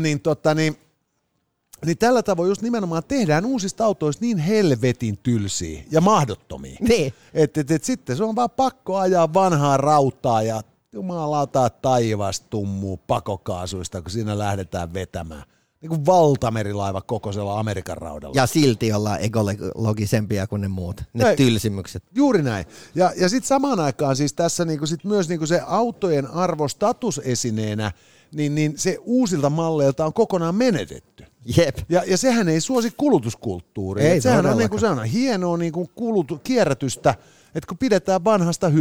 Niin tällä tavoin just nimenomaan tehdään uusista autoista niin helvetin tylsiä ja mahdottomia. Niin. Että sitten se on vaan pakko ajaa vanhaa rautaa ja jumalauta taivas tummuu pakokaasuista, kun siinä lähdetään vetämään. Niin kuin valtamerilaiva kokoisella Amerikan raudalla. Ja silti ollaan ekologisempia kuin ne muut, ne tylsimykset. Juuri näin. Ja sitten samaan aikaan siis tässä niinku sit myös niinku se autojen arvo statusesineenä, niin se uusilta malleilta on kokonaan menetetty. Jep. Ja sehän ei suosi kulutuskulttuuria. Ei sehän on niinku sellainen hienoa niinku kierrätystä, että kun pidetään vanhasta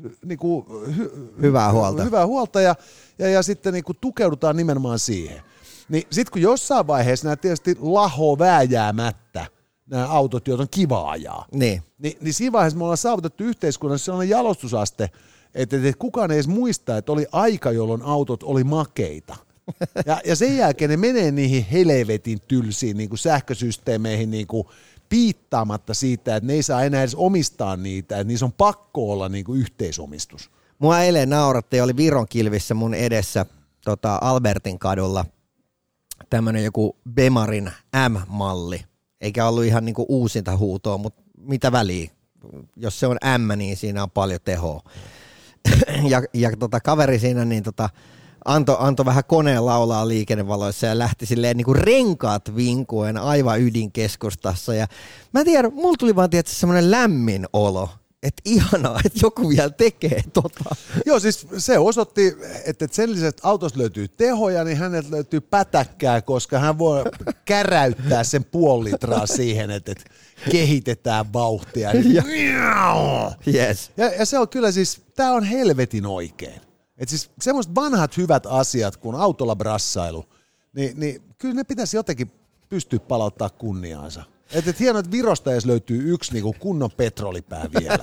hyvää huolta ja sitten niinku tukeudutaan nimenomaan siihen. Niin sitten kun jossain vaiheessa nämä tietysti lahoo vääjäämättä, nämä autot, joita on kiva ajaa, niin siinä vaiheessa me ollaan saavutettu yhteiskunnassa sellainen jalostusaste, että kukaan ei edes muista, että oli aika, jolloin autot oli makeita. Ja sen jälkeen ne menee niihin helvetin tylsiin niin kuin sähkösysteemeihin niin kuin piittaamatta siitä, että ne ei saa enää edes omistaa niitä, että niissä on pakko olla niin kuin yhteisomistus. Mua eilen nauratti, oli Viron kilvissä mun edessä Albertin kadulla tämmönen joku Bemarin M-malli, eikä ollut ihan niinku uusinta huutoa, mutta mitä väliä, jos se on M, niin siinä on paljon tehoa. ja kaveri siinä niin antoi vähän koneen laulaa liikennevaloissa ja lähti silleen niinku renkaat vinkuen aivan ydinkeskustassa. Ja mä en tiedä, mulla tuli vaan tietysti semmoinen lämmin olo, että ihanaa, että joku vielä tekee tota. Joo, siis se osoitti, että sen lisäksi, että autosta löytyy tehoja, niin häneltä löytyy pätäkkää, koska hän voi käräyttää sen 0,5 litraa siihen, että kehitetään vauhtia. Yes. Ja se on kyllä siis, tää on helvetin oikein. Että siis semmoiset vanhat hyvät asiat kuin autolla brassailu, niin kyllä ne pitäisi jotenkin pystyä palauttaa kunniaansa. Että hienoa, että Virosta edes löytyy yksi niinku kunnon petrolipää vielä.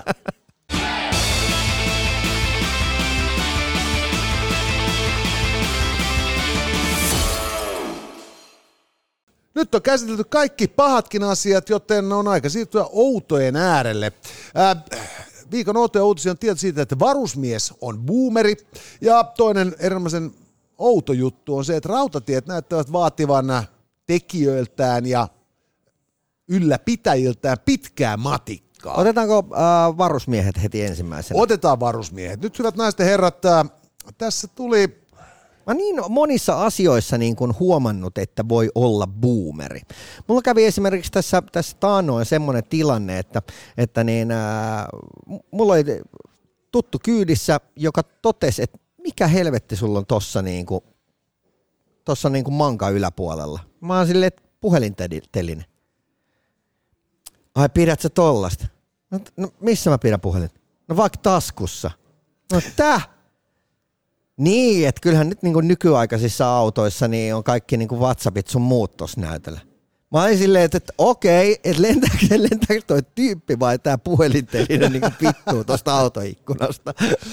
Nyt on käsitelty kaikki pahatkin asiat, joten on aika siirtyä outojen äärelle. Viikon outoja uutisia on tieto siitä, että varusmies on boomeri. Ja toinen erinomaisen outo juttu on se, että rautatiet näyttävät vaativan tekijöiltään ja ylläpitäjiltään pitkää matikkaa. Otetaanko varusmiehet heti ensimmäisenä? Otetaan varusmiehet. Nyt hyvät naiset ja herrat, tässä tuli... Mä niin monissa asioissa niin kun huomannut, että voi olla boomeri. Mulla kävi esimerkiksi tässä taannoin semmoinen tilanne, että mulla oli tuttu kyydissä, joka totesi, että mikä helvetti sulla on tossa niinku manka yläpuolella. Mä oon silleen, että puhelinteline. Ai pidät sä tollasta? No missä mä pidän puhelin? No vaikka taskussa. No Niin, että kyllähän nyt niin nykyaikaisissa autoissa niin on kaikki niin WhatsAppit sun muut tossa näytöllä. Mä olin silleen, että okei, että lentääkö toi tyyppi vai tää puhelinteline niin vittuu tosta autoikkunasta.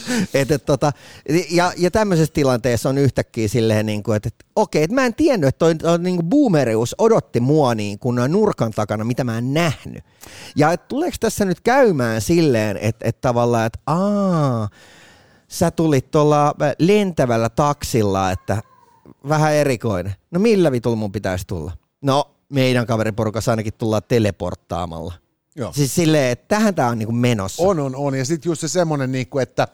Ja tämmöisessä tilanteessa on yhtäkkiä silleen, niin kuin, että okei, että mä en tiennyt, että toi niin boomerius odotti mua niin kuin nurkan takana, mitä mä en nähnyt. Ja että tuleeko tässä nyt käymään silleen, että tavallaan, että sä tulit tuolla lentävällä taksilla, että vähän erikoinen. No millä vitulla mun pitäisi tulla? No meidän kaveriporukassa ainakin tullaan teleporttaamalla. Joo. Siis silleen, että tähän tää on niinku menossa. On. Ja sit just se semmonen niinku, että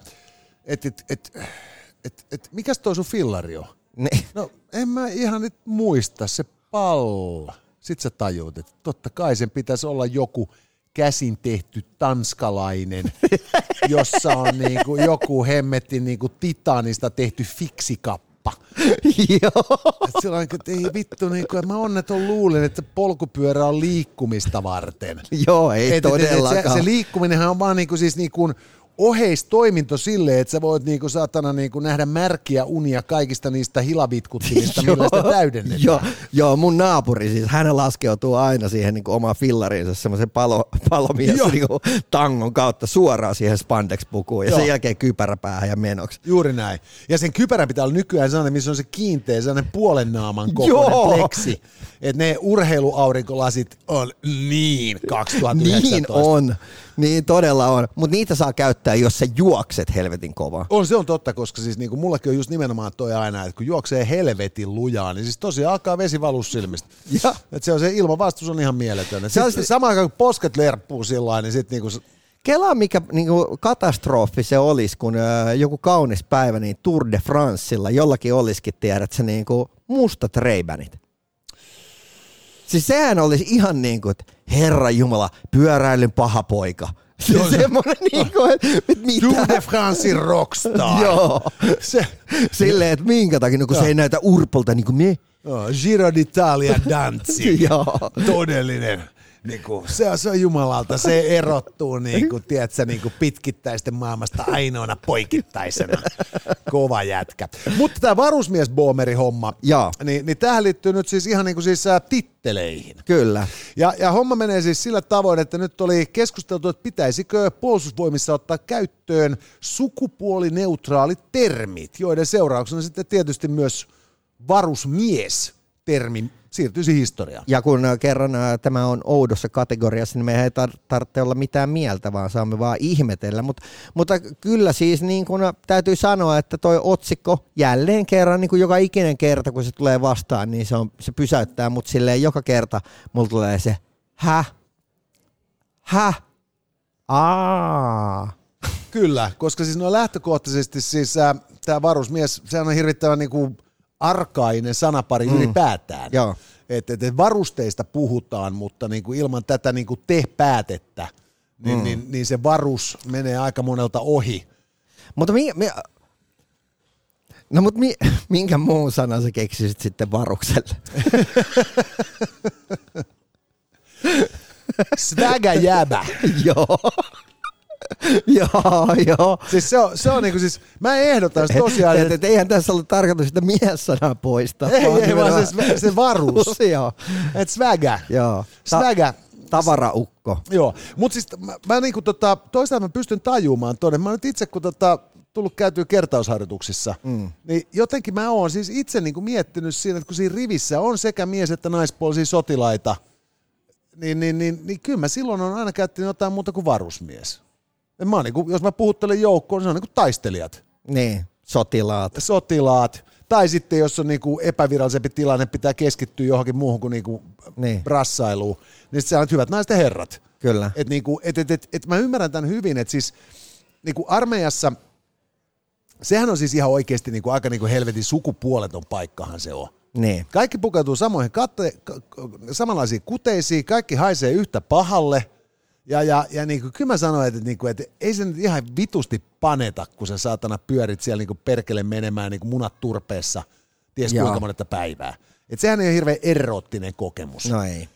mikäs toi sun fillari on? No en mä ihan nyt muista, se palla. Sit sä tajuut, että totta kai sen pitäisi olla joku käsin tehty tanskalainen, jossa on niinku joku hemmetin niinku titaanista tehty fiksikappa. Joo. Silloin, että ei vittu, niinku, että mä onneton luulen, että polkupyörä on liikkumista varten. Joo, ei todellakaan. Se liikkuminenhan on vaan niinku, siis niinku oheistoiminto silleen, että sä voit niinku saatana niinku nähdä märkiä unia kaikista niistä hilavitkuttimista, millä sitä täydennetään. Joo, mun naapuri siis, hän laskeutuu aina siihen niinku omaan fillariinsa semmoisen palomies niinku tangon kautta suoraan siihen spandex-pukuun ja sen jälkeen kypäräpäähän ja menoksi. Juuri näin. Ja sen kypärän pitää olla nykyään sellainen, missä on se kiinteä, sellainen puolen naaman kokoinen pleksi. Että ne urheiluaurinkolasit on niin 2019. Niin on. Niin todella on, mutta niitä saa käyttää, jos sä juokset helvetin kovaa. Se on totta, koska siis niinku mullakin on just nimenomaan toi aina, että kun juoksee helvetin lujaa, niin siis tosiaan alkaa vesi valua silmistä. Että se on se ilmavastus on ihan mieletön. Samaan aikaan kun posket lerppuu sillain, niin sit niinku... Kelaa mikä niinku katastrofi se olisi, kun joku kaunis päivä niin Tour de Francella jollakin olisikin, tiedät sä, niinku mustat Ray-Banit. Siis sehän olisi ihan niin kuin, että Herra Jumala, pyöräilyn paha poika. Semmoinen niin kuin, että mitä? Tour de Francein rockstar. Joo. Silleen, että minkä takia, kun se ei näytä urpolta niin kuin me. Giro d'Italia Danzi. Joo. Todellinen. Niinku, se on jumalalta, se erottuu niinku, tiedätkö, niinku pitkittäisten maailmasta ainoana poikittaisena. Kova jätkä. Mutta tämä varusmies-boomeri-homma, niin tähän liittyy nyt siis ihan niinku siis titteleihin. Kyllä. Ja homma menee siis sillä tavoin, että nyt oli keskusteltu, että pitäisikö puolustusvoimissa ottaa käyttöön sukupuolineutraalit termit, joiden seurauksena sitten tietysti myös varusmies-termi siirtyisi historiaan. Ja kun kerran tämä on oudossa kategoriassa, niin meidän ei tarvitse olla mitään mieltä, vaan saamme vaan ihmetellä. Mutta kyllä siis niin kun täytyy sanoa, että toi otsikko jälleen kerran, niin kuin joka ikinen kerta, kun se tulee vastaan, niin se pysäyttää mut silleen joka kerta. Mulla tulee se, Kyllä, koska siis no lähtökohtaisesti siis tämä varusmies, sehän on hirvittävän niin kuin arkainen sanapari ylipäätään. Et varusteista puhutaan, mutta niin kuin ilman tätä niin kuin te-päätettä niin se varus menee aika monelta ohi. Mutta minkä muun sanan sä keksisit sitten varukselle? Svägäjäbä. Joo. Joo. Siis se on niinku siis, mä ehdotan tosiaan, että eihän tässä ollut tarkoitus sitä mies-sanaa poistaa. Ei vaan se varus. Joo. Et svägä. Joo. Svägä. Tavaraukko. Joo, mutta siis mä niinku toisaalta mä pystyn tajumaan tonne. Mä nyt itse kun tullut käytyä kertausharjoituksissa, niin jotenkin mä oon siis itse niinku miettinyt siinä, että kun siinä rivissä on sekä mies- että naispuolisia sotilaita, niin kyllä mä silloin on aina käyttänyt jotain muuta kuin varusmies. Mä oon niinku, jos mä puhuttelen joukkoon, niin se on niinku taistelijat. Niin, Sotilaat. Tai sitten jos on niinku epävirallisempi tilanne, pitää keskittyä johonkin muuhun kuin niinku brassailuun, niin sitten sä olet hyvät naiset ja herrat. Kyllä. Et mä ymmärrän tämän hyvin, että siis niinku armeijassa, sehän on siis ihan oikeasti niinku aika niinku helvetin sukupuoleton paikkahan se on. Niin. Kaikki pukeutuu samanlaisiin kuteisiin, kaikki haisee yhtä pahalle. Ja niinku, kyllä mä sanoin, että ei se nyt ihan vitusti paneta, kun sä saatana pyörit siellä niinku perkele menemään niinku munat turpeessa, ties kuinka monetta päivää. Et sehän ei ole hirveän eroottinen kokemus. No ei.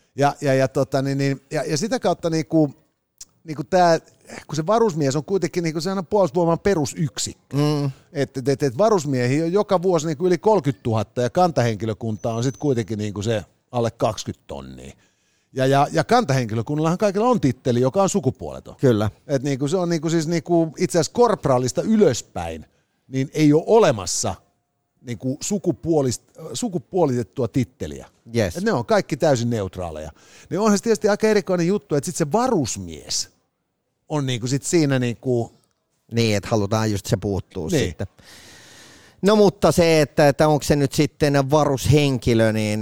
Ja sitä kautta niinku tää, kun se varusmies on kuitenkin niinku sehän on puolustusvoiman perusyksikkö. Et varusmiehiä on joka vuosi niinku yli 30 000 ja kantahenkilökunta on sitten kuitenkin niinku se alle 20 tonnia. Ja kantahenkilökunnallahan kaikilla on titteli, joka on sukupuoleton. Kyllä. Et niinku se on niinku siis niinku itse asiassa korpraalista ylöspäin, niin ei ole olemassa niinku sukupuolitettua titteliä. Yes. Et ne on kaikki täysin neutraaleja. Niin onhan se tietysti aika erikoinen juttu, että sitten se varusmies on niinku sit siinä niinku... Niin, että halutaan just se puuttuu niin. sitten. No mutta se, että onko se nyt sitten varushenkilö, niin...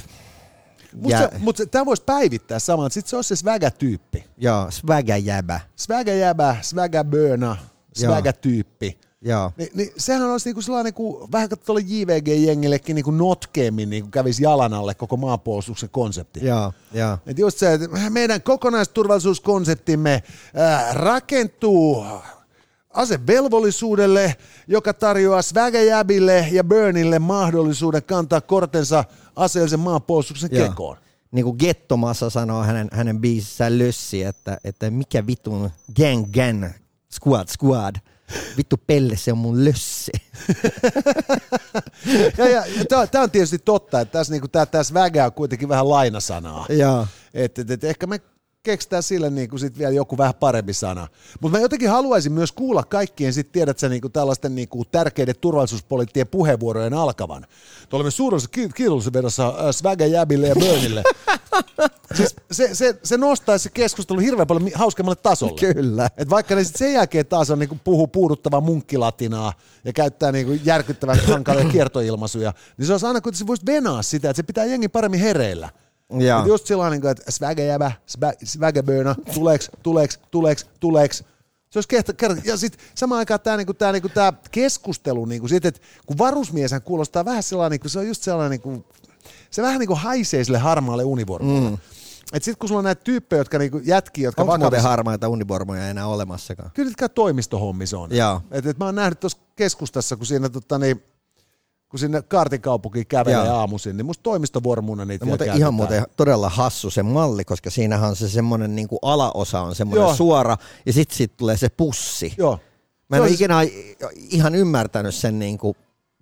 Mutta tämä voisi päivittää samaan, että sitten se on se svägä-tyyppi. Joo, svägäjäbä. Svägäjäbä, svägäböna, svägä-tyyppi. Joo. Niin sehän olisi niinku sellainen, niinku, vähän kuin tuolle JVG-jengillekin niinku notkeammin niinku kävisi jalan alle koko maanpuolustuksen konsepti. Joo. Et just se, että meidän kokonaisturvallisuuskonseptimme rakentuu asevelvollisuudelle, joka tarjoaa svägäjäbille ja Burnille mahdollisuuden kantaa kortensa aseellisen maanpuolustuksen kekoon. Niin kuin Gettomassa sanoo hänen biisissään Lössi, että mikä vitun gang, squad. Vittu pelle, se on mun lössi. ja tämä on tietysti totta, että tässä niinku, svägä on kuitenkin vähän lainasanaa. Et ehkä me keksitään sille niinku sit vielä joku vähän parempi sana. Mutta mä jotenkin haluaisin myös kuulla kaikkien sit tiedät sä niinku tällaisten niinku tärkeiden turvallisuuspoliittien puheenvuorojen alkavan. Olemme suuressa kiitollisuudessa svägäjäbille ja Burnille. Siis se nostaisi se keskustelu hirveän paljon hauskemmalle tasolle. Kyllä. Et vaikka ne sit sen jälkeen taas on niinku puhuu puuduttavaa munkkilatinaa ja käyttää niinku järkyttävän hankalia kiertoilmaisuja, niin se olisi aina kun se voisi venaa sitä, että se pitää jengi paremmin hereillä. Et just sellainen, että svägäjäbä, svägäböna, tuleeks. Se olisi ja sitten samaan aikaan tämä keskustelu, niinku sit, että kun varusmieshän kuulostaa vähän sellainen, kun se on just sellainen, se vähän niin kuin haisee sille harmaalle univormulle. Et sitten kun sulla on näitä tyyppejä, jotka niinku jätkiä, jotka onko muuten harmaita univormuja enää olemassakaan? Kyllä niitä toimistohommissa on. Et mä oon nähnyt tuossa keskustassa, kun siinä kun sinne kaartikaupunkiin kävelee aamuisin, niin musta toimistovormuna niitä mutta ihan muuten todella hassu se malli, koska siinähän on se semmoinen niinku alaosa on semmoinen suora, ja sitten siitä tulee se pussi. Joo. Mä en ole ikinä ihan ymmärtänyt sen niinku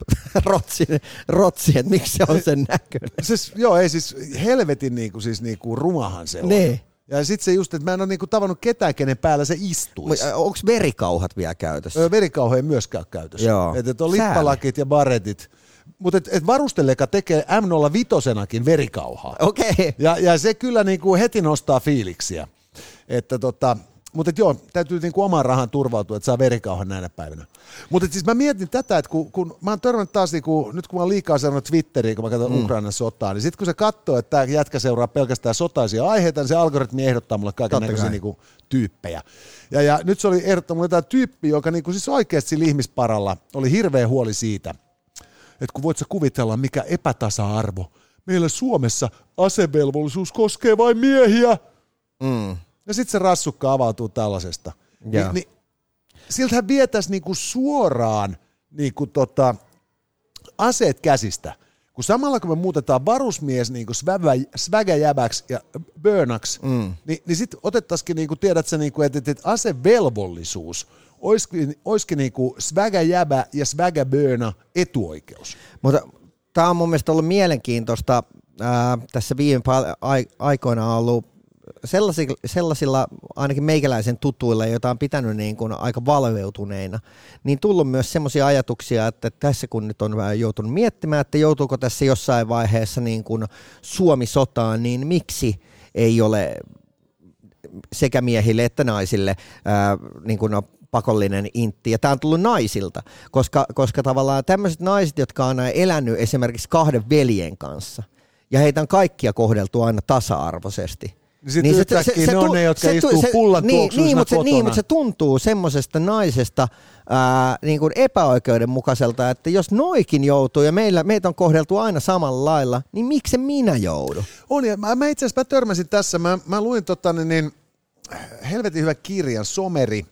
rotsi, että miksi se on sen näköinen. Siis helvetin niinku rumahan se on. Niin. Ja sitten se just, että mä en ole niinku tavannut ketään, kenen päällä se istuisi. Onko verikauhat vielä käytössä? Verikauha ei myöskään ole käytössä. Että on lippalakit ja baretit. Mutta et varusteleka tekee M05-nakin verikauhaa. Okei. Ja se kyllä niinku heti nostaa fiiliksiä. Mutta joo, täytyy niinku oman rahan turvautua, että saa verikauhan näinä päivinä. Mutta siis mä mietin tätä, että kun mä oon törmännyt taas, niinku, nyt kun mä oon liikaa seurannut Twitteriä, kun mä katson Ukrainan sotaa, niin sitten kun se katsoo, että tämä jätkä seuraa pelkästään sotaisia aiheita, niin se algoritmi ehdottaa mulle kaikennäköisiä niinku tyyppejä. Ja nyt se oli ehdottanut mulle tämä tyyppi, joka niinku siis oikeasti sillä ihmisparalla oli hirveä huoli siitä, että kun voit sä kuvitella, mikä epätasa-arvo. Meillä Suomessa asevelvollisuus koskee vain miehiä. ja sitten se rassukka avautuu tällaisesta. Niin, siltähän vietäisi niinku suoraan niinku aseet käsistä. Kun samalla kun me muutetaan varusmies niinku svägäjäbäksi ja burnaks, niin sitten otettaisikin, niinku, tiedätkö, niinku, että asevelvollisuus olisikin niinku svägäjäbä ja svägäbörna etuoikeus. Mutta tämä on mun mielestä ollut mielenkiintoista. Tässä viime aikoina on ollut sellaisilla ainakin meikäläisen tutuilla, joita on pitänyt niin kuin aika valveutuneina, niin tullut myös semmoisia ajatuksia, että tässä kun nyt on joutunut miettimään, että joutuuko tässä jossain vaiheessa niin kuin Suomi-sotaan, niin miksi ei ole sekä miehille että naisille niin kuin pakollinen intti, ja tämä on tullut naisilta, koska tavallaan tämmöiset naiset, jotka on elänyt esimerkiksi 2 veljen kanssa, ja heitä on kaikkia kohdeltu aina tasa-arvoisesti. Niin yhtäkkiä ne on ne, jotka istuu pullatuoksuisena kotona. Mutta se tuntuu semmoisesta naisesta niin kuin epäoikeudenmukaiselta, että jos noikin joutuu ja meitä on kohdeltu aina samalla lailla, niin miksi minä joudun? On, ja mä itse asiassa törmäsin tässä, mä luin helvetin hyvä kirjan, Someri,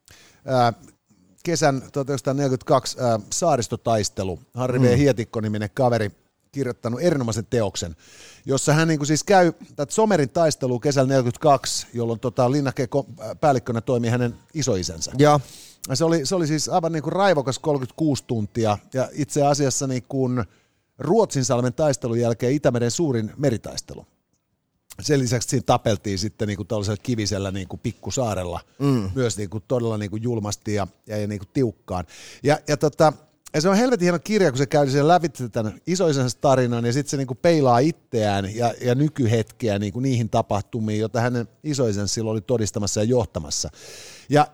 kesän 1942 saaristotaistelu, Harri V. Hietikko-niminen kaveri, kirjoittanut erinomaisen teoksen, jossa hän niin kuin siis käy tätä Somerin taistelua kesällä 1942, jolloin linnakeen päällikkönä toimi hänen isoisänsä. Ja. Se oli siis aivan niin kuin raivokas 36 tuntia, ja itse asiassa niin kuin Ruotsinsalmen taistelun jälkeen Itämeren suurin meritaistelu. Sen lisäksi siinä tapeltiin sitten niin kuin tällaisella kivisellä niin kuin pikkusaarella myös niin kuin todella niin kuin julmasti ja niin kuin tiukkaan. Ja se on helvetin hieno kirja, kun se käy sen läpi tämän isoisänsä tarinan ja sitten se niinku peilaa itseään ja nykyhetkeä niinku niihin tapahtumiin, joita hänen isoisänsä silloin oli todistamassa ja johtamassa. Ja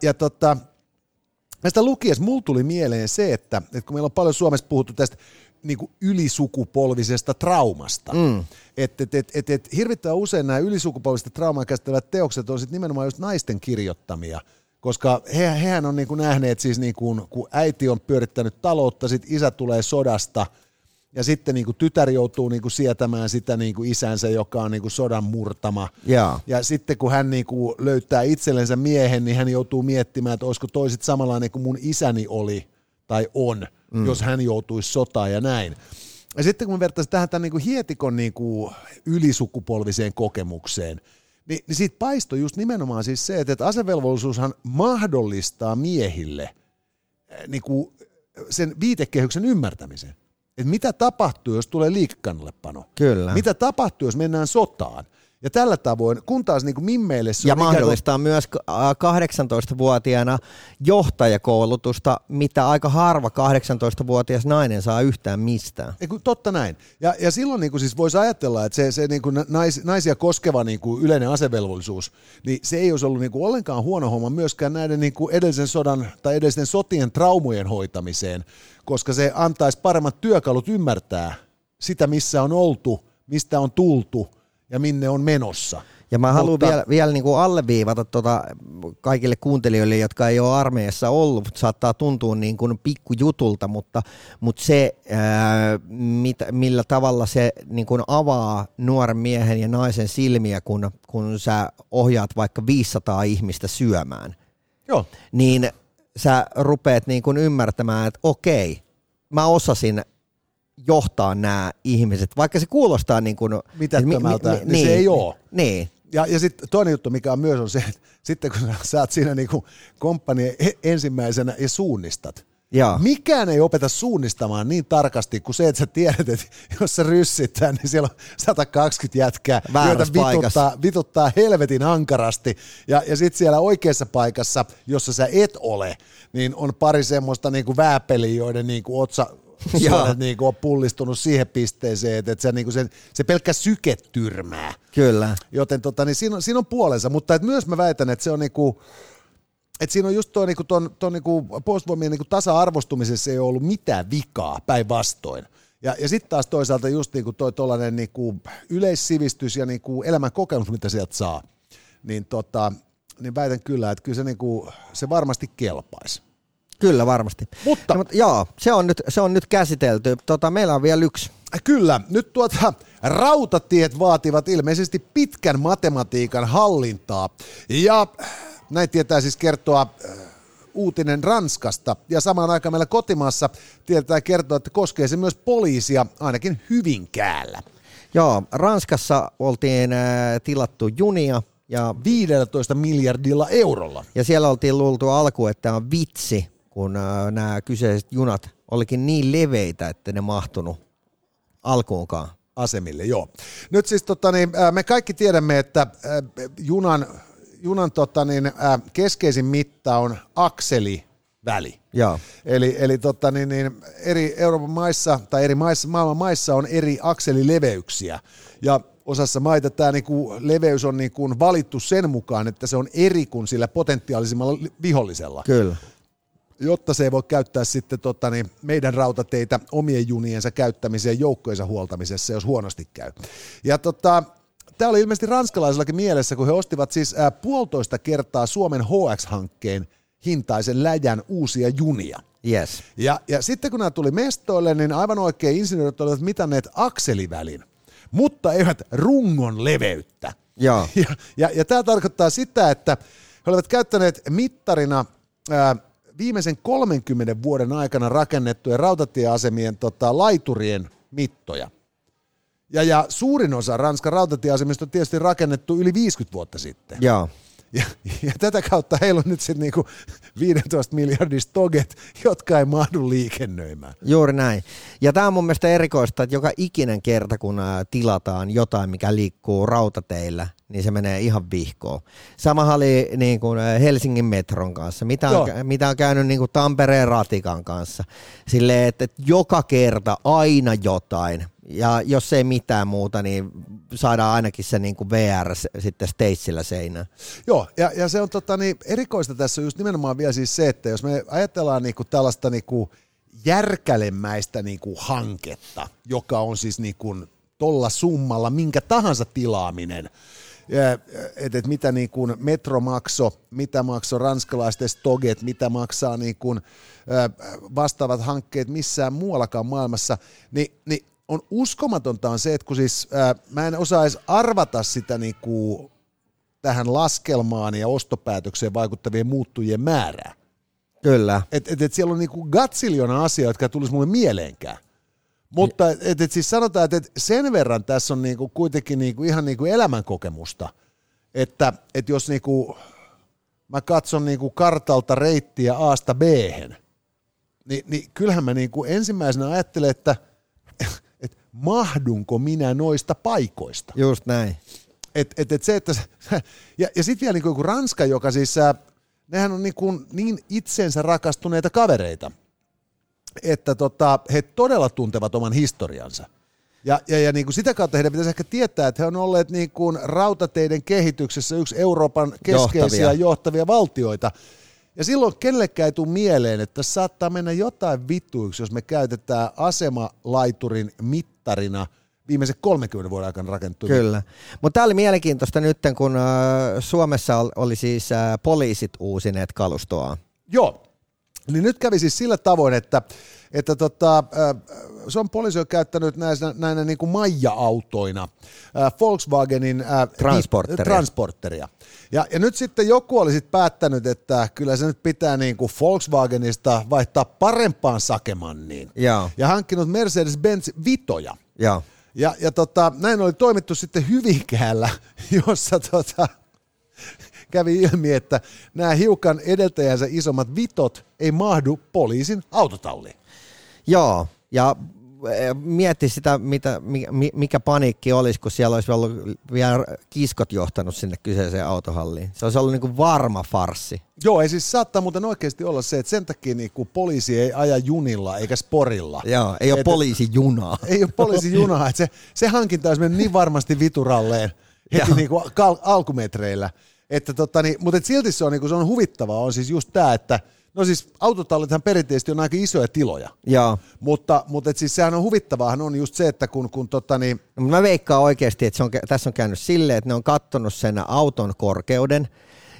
näistä lukiessa mulla tuli mieleen se, että kun meillä on paljon Suomessa puhuttu tästä niinku ylisukupolvisesta traumasta, että hirvittävän usein nämä ylisukupolvista traumaa käsittelevät teokset on sitten nimenomaan just naisten kirjoittamia, koska hehän on niinku nähneet siis, niinku, kun äiti on pyörittänyt taloutta, sitten isä tulee sodasta ja sitten niinku tytär joutuu niinku sietämään sitä niinku isänsä, joka on niinku sodan murtama. Ja sitten kun hän niinku löytää itsellensä miehen, niin hän joutuu miettimään, että olisiko toiset samanlainen kuin mun isäni oli tai on, jos hän joutuisi sotaan ja näin. Ja sitten kun mä vertaisin tähän tämän niinku Hietikon niinku ylisukupolviseen kokemukseen, niin siitä paistoi just nimenomaan siis se, että asevelvollisuushan mahdollistaa miehille niin kuin sen viitekehyksen ymmärtämisen. Että mitä tapahtuu, jos tulee liikekannallepano? Kyllä. Mitä tapahtuu, jos mennään sotaan? Ja tällä tavoin, kun taas niin kuin mimmeille se ja on mahdollistaa myös 18-vuotiaana johtajakoulutusta, mitä aika harva 18-vuotias nainen saa yhtään mistään. Totta näin. Ja silloin niin kuin siis voisi ajatella, että se niin kuin naisia koskeva niin kuin yleinen asevelvollisuus, niin se ei olisi ollut niin kuin ollenkaan huono homma myöskään näiden niin kuin edellisen sodan tai edellisten sotien traumojen hoitamiseen, koska se antaisi paremmat työkalut ymmärtää sitä, missä on oltu, mistä on tultu, ja minne on menossa. Ja mä haluan vielä niin kuin alleviivata kaikille kuuntelijoille, jotka ei ole armeijassa ollut, saattaa tuntua niin kuin pikkujutulta, mutta se, millä tavalla se niin kuin avaa nuoren miehen ja naisen silmiä, kun sä ohjaat vaikka 500 ihmistä syömään, Joo. niin sä rupeat niin kuin ymmärtämään, että okei, mä osasin johtaa nämä ihmiset, vaikka se kuulostaa niin kuin mitättömältä, niin se ei ole. Niin. Ja sitten toinen juttu, mikä on myös on se, että sitten kun sä oot siinä niin kuin komppanian ensimmäisenä ja suunnistat, mikään ei opeta suunnistamaan niin tarkasti kuin se, että sä tiedät, että jos sä ryssitään, niin siellä on 120 jätkää, joita vituttaa helvetin ankarasti. Ja sitten siellä oikeassa paikassa, jossa sä et ole, niin on pari semmoista niin kuin vääpeliä, joiden niin kuin suonet niinku on pullistunut siihen pisteeseen, että se, niinku se pelkkä syke tyrmää. Kyllä. Joten niin siinä on puolensa, mutta et myös mä väitän, että se on niinku, että siinä on just ton niinku puolustusvoimien niinku tasa-arvostumisessa ei ole ollut mitään vikaa, päinvastoin. Ja sitten taas toisaalta just niinku toi tollainen niinku yleissivistys ja niinku elämän kokemus, mitä sieltä saa, niin väitän kyllä, että kyllä se varmasti kelpaisi. Kyllä varmasti. Mutta se on nyt käsitelty. Meillä on vielä yksi Kyllä, nyt rautatiet vaativat ilmeisesti pitkän matematiikan hallintaa. Ja näin tietää siis kertoa uutinen Ranskasta. Ja samaan aikaan meillä kotimaassa tietää kertoa, että koskee se myös poliisia, ainakin Hyvinkäällä. Joo, Ranskassa oltiin tilattu junia. Ja 15 miljardilla eurolla. Ja siellä oltiin luultu alkuun, että on vitsi, kun nämä kyseiset junat olikin niin leveitä, että ne mahtunut alkuunkaan. Asemille, joo. Nyt siis me kaikki tiedämme, että junan keskeisin mitta on akseliväli. Joo. Eli eri Euroopan maissa tai maailman maissa on eri akselileveyksiä. Ja osassa maita tämä leveys on valittu sen mukaan, että se on eri kuin sillä potentiaalisimmalla vihollisella. Kyllä. Jotta se ei voi käyttää sitten meidän rautateitä omien juniensa käyttämiseen joukkojensa huoltamisessa, jos huonosti käy. Ja tämä oli ilmeisesti ranskalaisillakin mielessä, kun he ostivat siis 1,5 kertaa Suomen HX-hankkeen hintaisen läjän uusia junia. Yes. Ja sitten kun nämä tuli mestoille, niin aivan oikein insinöörit olivat mitanneet akselivälin, mutta eivät rungon leveyttä. Joo. Ja tämä tarkoittaa sitä, että he olivat käyttäneet mittarina viimeisen 30 vuoden aikana rakennettujen rautatieasemien laiturien mittoja. Ja suurin osa Ranskan rautatieasemista on tietysti rakennettu yli 50 vuotta sitten. Joo. Ja tätä kautta heillä on nyt sitten 15 miljardin stoget, jotka ei mahdu liikennöimään. Juuri näin. Ja tämä on mun mielestä erikoista, että joka ikinen kerta, kun tilataan jotain, mikä liikkuu rautateillä, niin se menee ihan vihkoon. Samahan oli niin kuin Helsingin metron kanssa, mitä on käynyt niin kuin Tampereen ratikan kanssa. Silleen, että joka kerta aina jotain. Ja jos ei mitään muuta, niin saadaan ainakin se niin kuin VR sitten Stagella seinään. Joo, ja se on erikoista tässä just nimenomaan vielä siis se, että jos me ajatellaan niin kuin tällaista niin kuin järkälemäistä niin kuin hanketta, joka on siis niin kuin tolla summalla minkä tahansa tilaaminen, että mitä niin kuin metro maksoi, mitä maksoi ranskalaisten stoget, mitä maksaa niin kuin vastaavat hankkeet missään muuallakaan maailmassa, niin on uskomatonta on se, että kun siis mä en osaa edes arvata sitä niin kuin tähän laskelmaan ja ostopäätökseen vaikuttavien muuttujien määrää. Kyllä. Et siellä on niin kuin gatsiljona asioita, jotka tulisi mulle mieleenkään. Mutta siis sanotaan, että sen verran tässä on niinku kuitenkin niinku ihan niinku elämänkokemusta, että jos niinku mä katson niinku kartalta reittiä A:sta B:hen, niin kyllähän mä niinku ensimmäisenä ajattelen, että mahdunko minä noista paikoista. Just näin. Ja sitten vielä niinku Ranska, joka siis, nehän on niin itsensä rakastuneita kavereita, että he todella tuntevat oman historiansa. Ja niin kuin sitä kautta heidän pitäisi ehkä tietää, että he on olleet niin kuin rautateiden kehityksessä yksi Euroopan keskeisiä johtavia valtioita. Ja silloin kenellekään ei tule mieleen, että saattaa mennä jotain vittuiksi, jos me käytetään asemalaiturin mittarina viimeisen 30 vuoden aikana rakentunut. Kyllä. Mutta tämä oli mielenkiintoista nyt, kun Suomessa oli siis poliisit uusineet kalustoa. Joo. Niin nyt kävi siis sillä tavoin, että Suomen poliisi on käyttänyt näinä niin kuin Maija-autoina Volkswagenin transporteria. Ja nyt sitten joku oli sitten päättänyt, että kyllä se nyt pitää niin kuin Volkswagenista vaihtaa parempaan Sakemanniin. Ja hankkinut Mercedes-Benz Vitoja. Ja näin oli toimittu sitten Hyvinkäällä, jossa kävi ilmi, että nämä hiukan edeltäjänsä isommat Vitot ei mahdu poliisin autotalliin. Joo, ja mietti sitä, mikä paniikki olisi, kun siellä olisi ollut vielä kiskot johtanut sinne kyseiseen autohalliin. Se olisi ollut niin kuin varma farssi. Joo, ei siis saattaa muuten oikeasti olla se, että sen takia niin kuin poliisi ei aja junilla eikä sporilla. Joo, ei ole poliisijunaa. Ei ole poliisijunaa, että se hankinta olisi mennyt niin varmasti vituralleen heti niin kuin alkumetreillä. Mutta silti se on huvittavaa, on siis just tämä, että no siis autotallithan perinteisesti on aika isoja tiloja, mutta siis sehän on huvittavaahan on just se, että kun No, mä veikkaan oikeasti, että tässä on käynyt silleen, että ne on kattonut sen auton korkeuden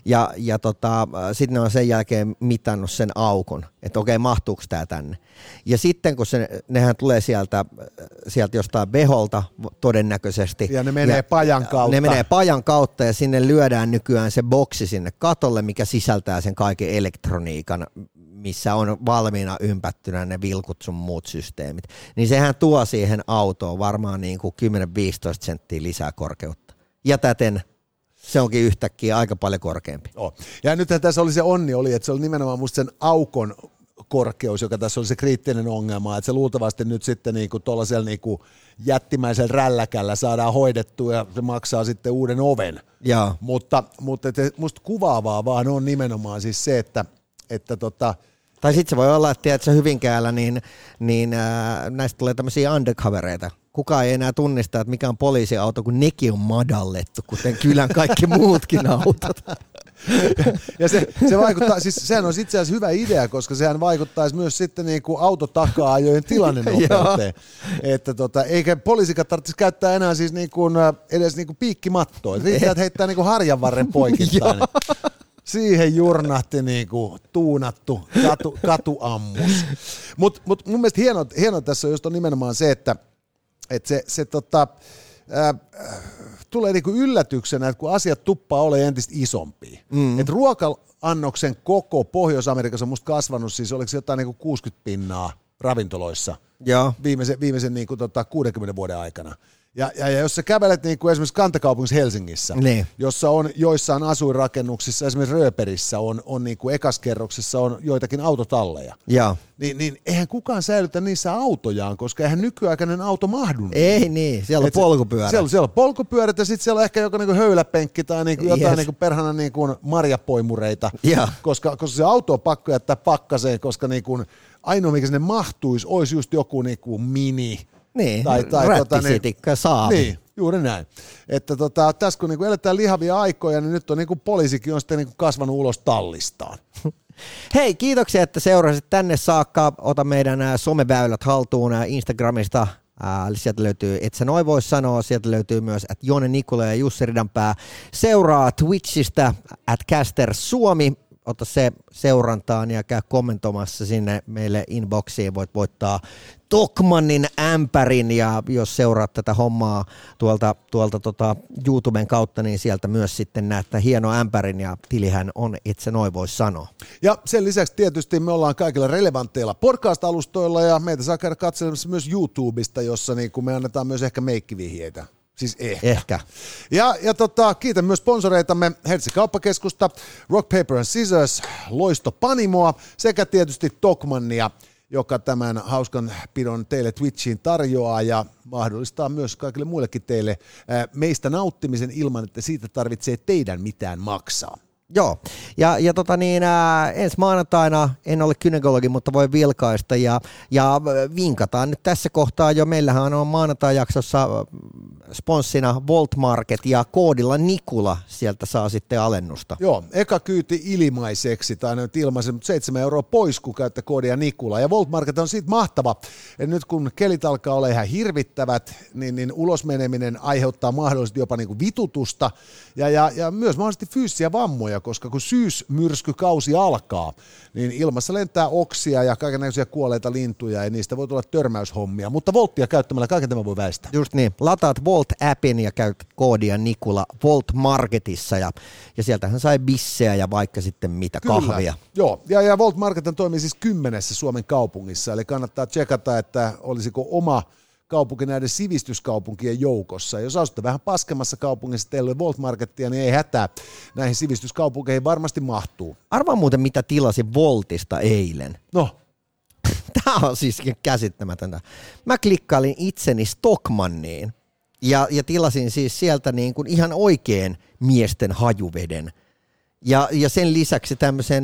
Ja sitten ne on sen jälkeen mitannut sen aukon, että okei, mahtuuko tämä tänne. Ja sitten kun nehän tulee sieltä jostain beholta todennäköisesti. Ja ne menee pajan kautta. Ne menee pajan kautta ja sinne lyödään nykyään se boksi sinne katolle, mikä sisältää sen kaiken elektroniikan, missä on valmiina ympättynä ne vilkut sun muut systeemit. Niin sehän tuo siihen autoon varmaan niin kuin 10-15 senttiä lisää korkeutta. Ja täten se onkin yhtäkkiä aika paljon korkeampi. Oh. Ja nythän tässä oli se onni, että se oli nimenomaan musta sen aukon korkeus, joka tässä oli se kriittinen ongelma, että se luultavasti nyt sitten niinku tuollaisella niinku jättimäisellä rälläkällä saadaan hoidettua ja se maksaa sitten uuden oven. Jaa. Mutta musta kuvaavaa vaan on nimenomaan siis se, että tai sitten se voi olla, että tiedätkö, Hyvinkäällä niin näistä tulee tämmöisiä undercovereita. Kukaan ei enää tunnista, että mikä on poliisiauto, kun nekin on madallettu, kuten kylän kaikki muutkin autot. Ja se vaikuttaa, siis sehän on itse asiassa hyvä idea, koska sehän vaikuttaisi myös sitten niin kuin autotakaa-ajojen tilannenopeuteen. Että eikä poliisikaan tarvitsisi käyttää enää siis niin kuin, edes niin kuin piikkimattoa. Riittää, että heittää niin kuin harjanvarren poikittain. Siihen jurnahti niinku tuunattu katuammus. Mut mun mielestä hieno tässä on just on nimenomaan se, että se tulee niinku yllätyksenä, että kun asiat tuppaa olemaan entistä isompia. Että ruoka-annoksen koko Pohjois-Amerikassa on musta kasvanut, siis oliko se jotain niinku 60% ravintoloissa viimeisen niinku 60 vuoden aikana. Ja jos sä kävelet niin kuin esimerkiksi kantakaupungissa Helsingissä, jossa on joissain asuinrakennuksissa, esimerkiksi Rööperissä on niin kuin ekaskerroksessa on joitakin autotalleja, niin eihän kukaan säilytä niissä autojaan, koska eihän nykyaikainen auto mahdu. Ei niin, siellä on polkupyörät. Siellä on polkupyörät ja sitten siellä on ehkä joku niin kuin höyläpenkki tai niin kuin jotain niin kuin perhana niin kuin marjapoimureita, koska se auto on pakko jättää pakkaseen, koska niin kuin ainoa mikä sinne mahtuisi olisi just joku niin kuin mini. Niin, rättisitikka saavi. Niin, juuri näin. Että tässä kun niinku eletään lihavia aikoja, niin nyt on niinku poliisikin on sitten niinku kasvanut ulos tallistaan. Hei, kiitoksia, että seurasit tänne saakka. Ota meidän someväylät haltuun Instagramista. Sieltä löytyy Et sä noi vois sanoa, sieltä löytyy myös @Jone Nikula ja Jussi Ridanpää. Seuraa Twitchistä @Caster Suomi. Ota se seurantaan ja käy kommentoimassa sinne meille inboxiin. Voit voittaa Tokmannin ämpärin ja jos seuraat tätä hommaa tuolta YouTuben kautta, niin sieltä myös sitten näet hieno ämpärin ja tilihän on Et sä noi vois sanoa. Ja sen lisäksi tietysti me ollaan kaikilla relevantteilla podcast-alustoilla ja meitä saa käydä katselemassa myös YouTubesta, jossa niin me annetaan myös ehkä meikkivihjeitä. Siis ehkä. Ja kiitän myös sponsoreitamme Hertz Kauppakeskusta, Rock Paper and Scissors, Loisto Panimoa sekä tietysti Tokmannia, joka tämän hauskan pidon teille Twitchiin tarjoaa ja mahdollistaa myös kaikille muillekin teille meistä nauttimisen ilman, että siitä tarvitsee teidän mitään maksaa. Joo, ja ensi maanantaina, en ole gynekologi, mutta voi vilkaista ja vinkataan nyt tässä kohtaa jo. Meillähän on maanantai-jaksossa sponssina Volt Market ja koodilla Nikula sieltä saa sitten alennusta. Joo, eka kyyti ilmaiseksi tai nyt ilmaisen, mutta 7 € pois, kun käyttää koodia Nikula. Ja Volt Market on siitä mahtava, että nyt kun kelit alkaa olla ihan hirvittävät, niin ulosmeneminen aiheuttaa mahdollisesti jopa niin kuin vitutusta ja myös mahdollisesti fyysisiä vammoja, koska kun syysmyrskykausi alkaa, niin ilmassa lentää oksia ja kaikennäköisiä kuolleita lintuja ja niistä voi tulla törmäyshommia, mutta Volttia käyttämällä kaiken tämä voi väistää. Just niin, lataat Volt-appin ja käytät koodia Nikula Volt Marketissa ja sieltähän sai bisseä ja vaikka sitten mitä kahvia. Joo, ja Volt Market toimii siis 10 Suomen kaupungissa, eli kannattaa tsekata, että olisiko oma kaupunki näiden sivistyskaupunkien joukossa. Jos asutte vähän paskemmassa kaupungissa, teillä on Volt Markettia, niin ei hätää. Näihin sivistyskaupunkeihin varmasti mahtuu. Arvaa muuten, mitä tilasin Voltista eilen. No. Tämä on siis käsittämätöntä. Mä klikkailin itseni Stockmanniin ja tilasin siis sieltä niin kuin ihan oikein miesten hajuveden. Ja sen lisäksi tämmöisen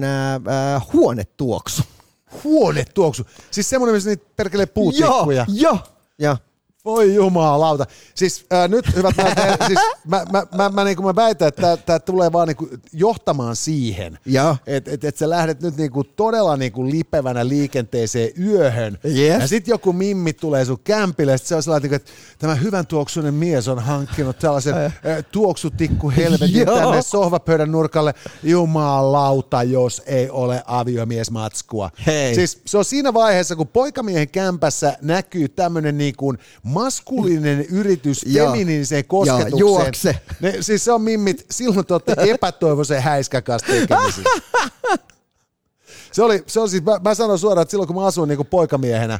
huonetuoksu. Huonetuoksu? Siis semmoinen, missä niitä perkelee puutikkuja. Joo. Voi jumalauta. Siis nyt hyvät siis mä väitän, että tämä tulee vaan niinku johtamaan siihen, että sä lähdet nyt niinku todella niinku lipevänä liikenteeseen yöhön. Yes. Ja sit joku mimmi tulee sun kämpille ja sit se on sellainen, että tämä hyvän tuoksuinen mies on hankkinut tällaisen tuoksutikku helvetin tänne sohvapöydän nurkalle. Jumalauta, jos ei ole aviomiesmatskua. Hei. Siis se on siinä vaiheessa, kun poikamiehen kämpässä näkyy tämmönen niinku maskuliininen yritys feminiiniseen kosketukseen. Juokse. Siis se on mimmit, silloin te olette epätoivoisen häiskän kanssa tekemisissä. Se oli siis, mä sanon suoraan, että silloin kun mä asuin niinku poikamiehenä,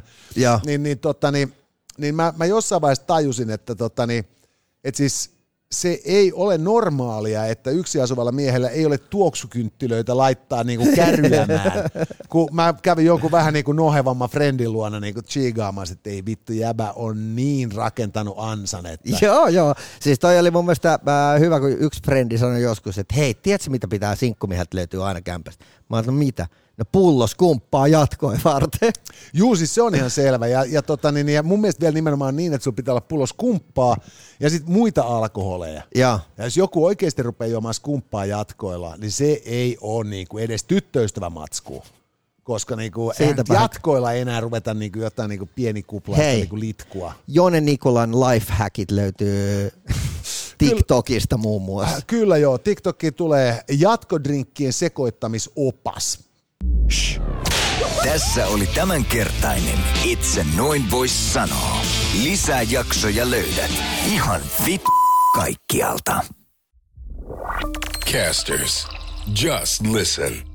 niin mä jossain vaiheessa tajusin, että siis se ei ole normaalia, että yksi asuvalla miehellä ei ole tuoksukynttilöitä laittaa niinku kärryämään. Kun mä kävin jonkun vähän niinku nohevamman friendin luona niinku chiigaamaan, että ei vittu, jäbä on niin rakentanut ansan. Että... Joo. Siis toi oli mun mielestä hyvä, kun yksi frendi sanoi joskus, että hei, tiedätkö mitä pitää sinkkumieheltä löytyy aina kämpästä? Mä oon, no mitä? No pullos kumppaa jatkoi varten. Juu, siis se on ihan selvä. Ja mun mielestä vielä nimenomaan niin, että sulla pitää olla pullos kumppaa ja sitten muita alkoholeja. Ja jos joku oikeasti rupeaa juomaan kumppaa jatkoilla, niin se ei ole niinku edes tyttöystävä matsku. Koska niinku jatkoilla ei enää ruveta niinku jotain niinku pieni kuplaa niinku litkua. Jone Nikolan lifehackit löytyy TikTokista muun muassa. Kyllä joo, TikTokiin tulee jatkodrinkkien sekoittamisopas. Shh. Tässä oli tämänkertainen Itse noin vois sanoa. Lisää jaksoja löydät ihan kaikkialta. Casters, just listen.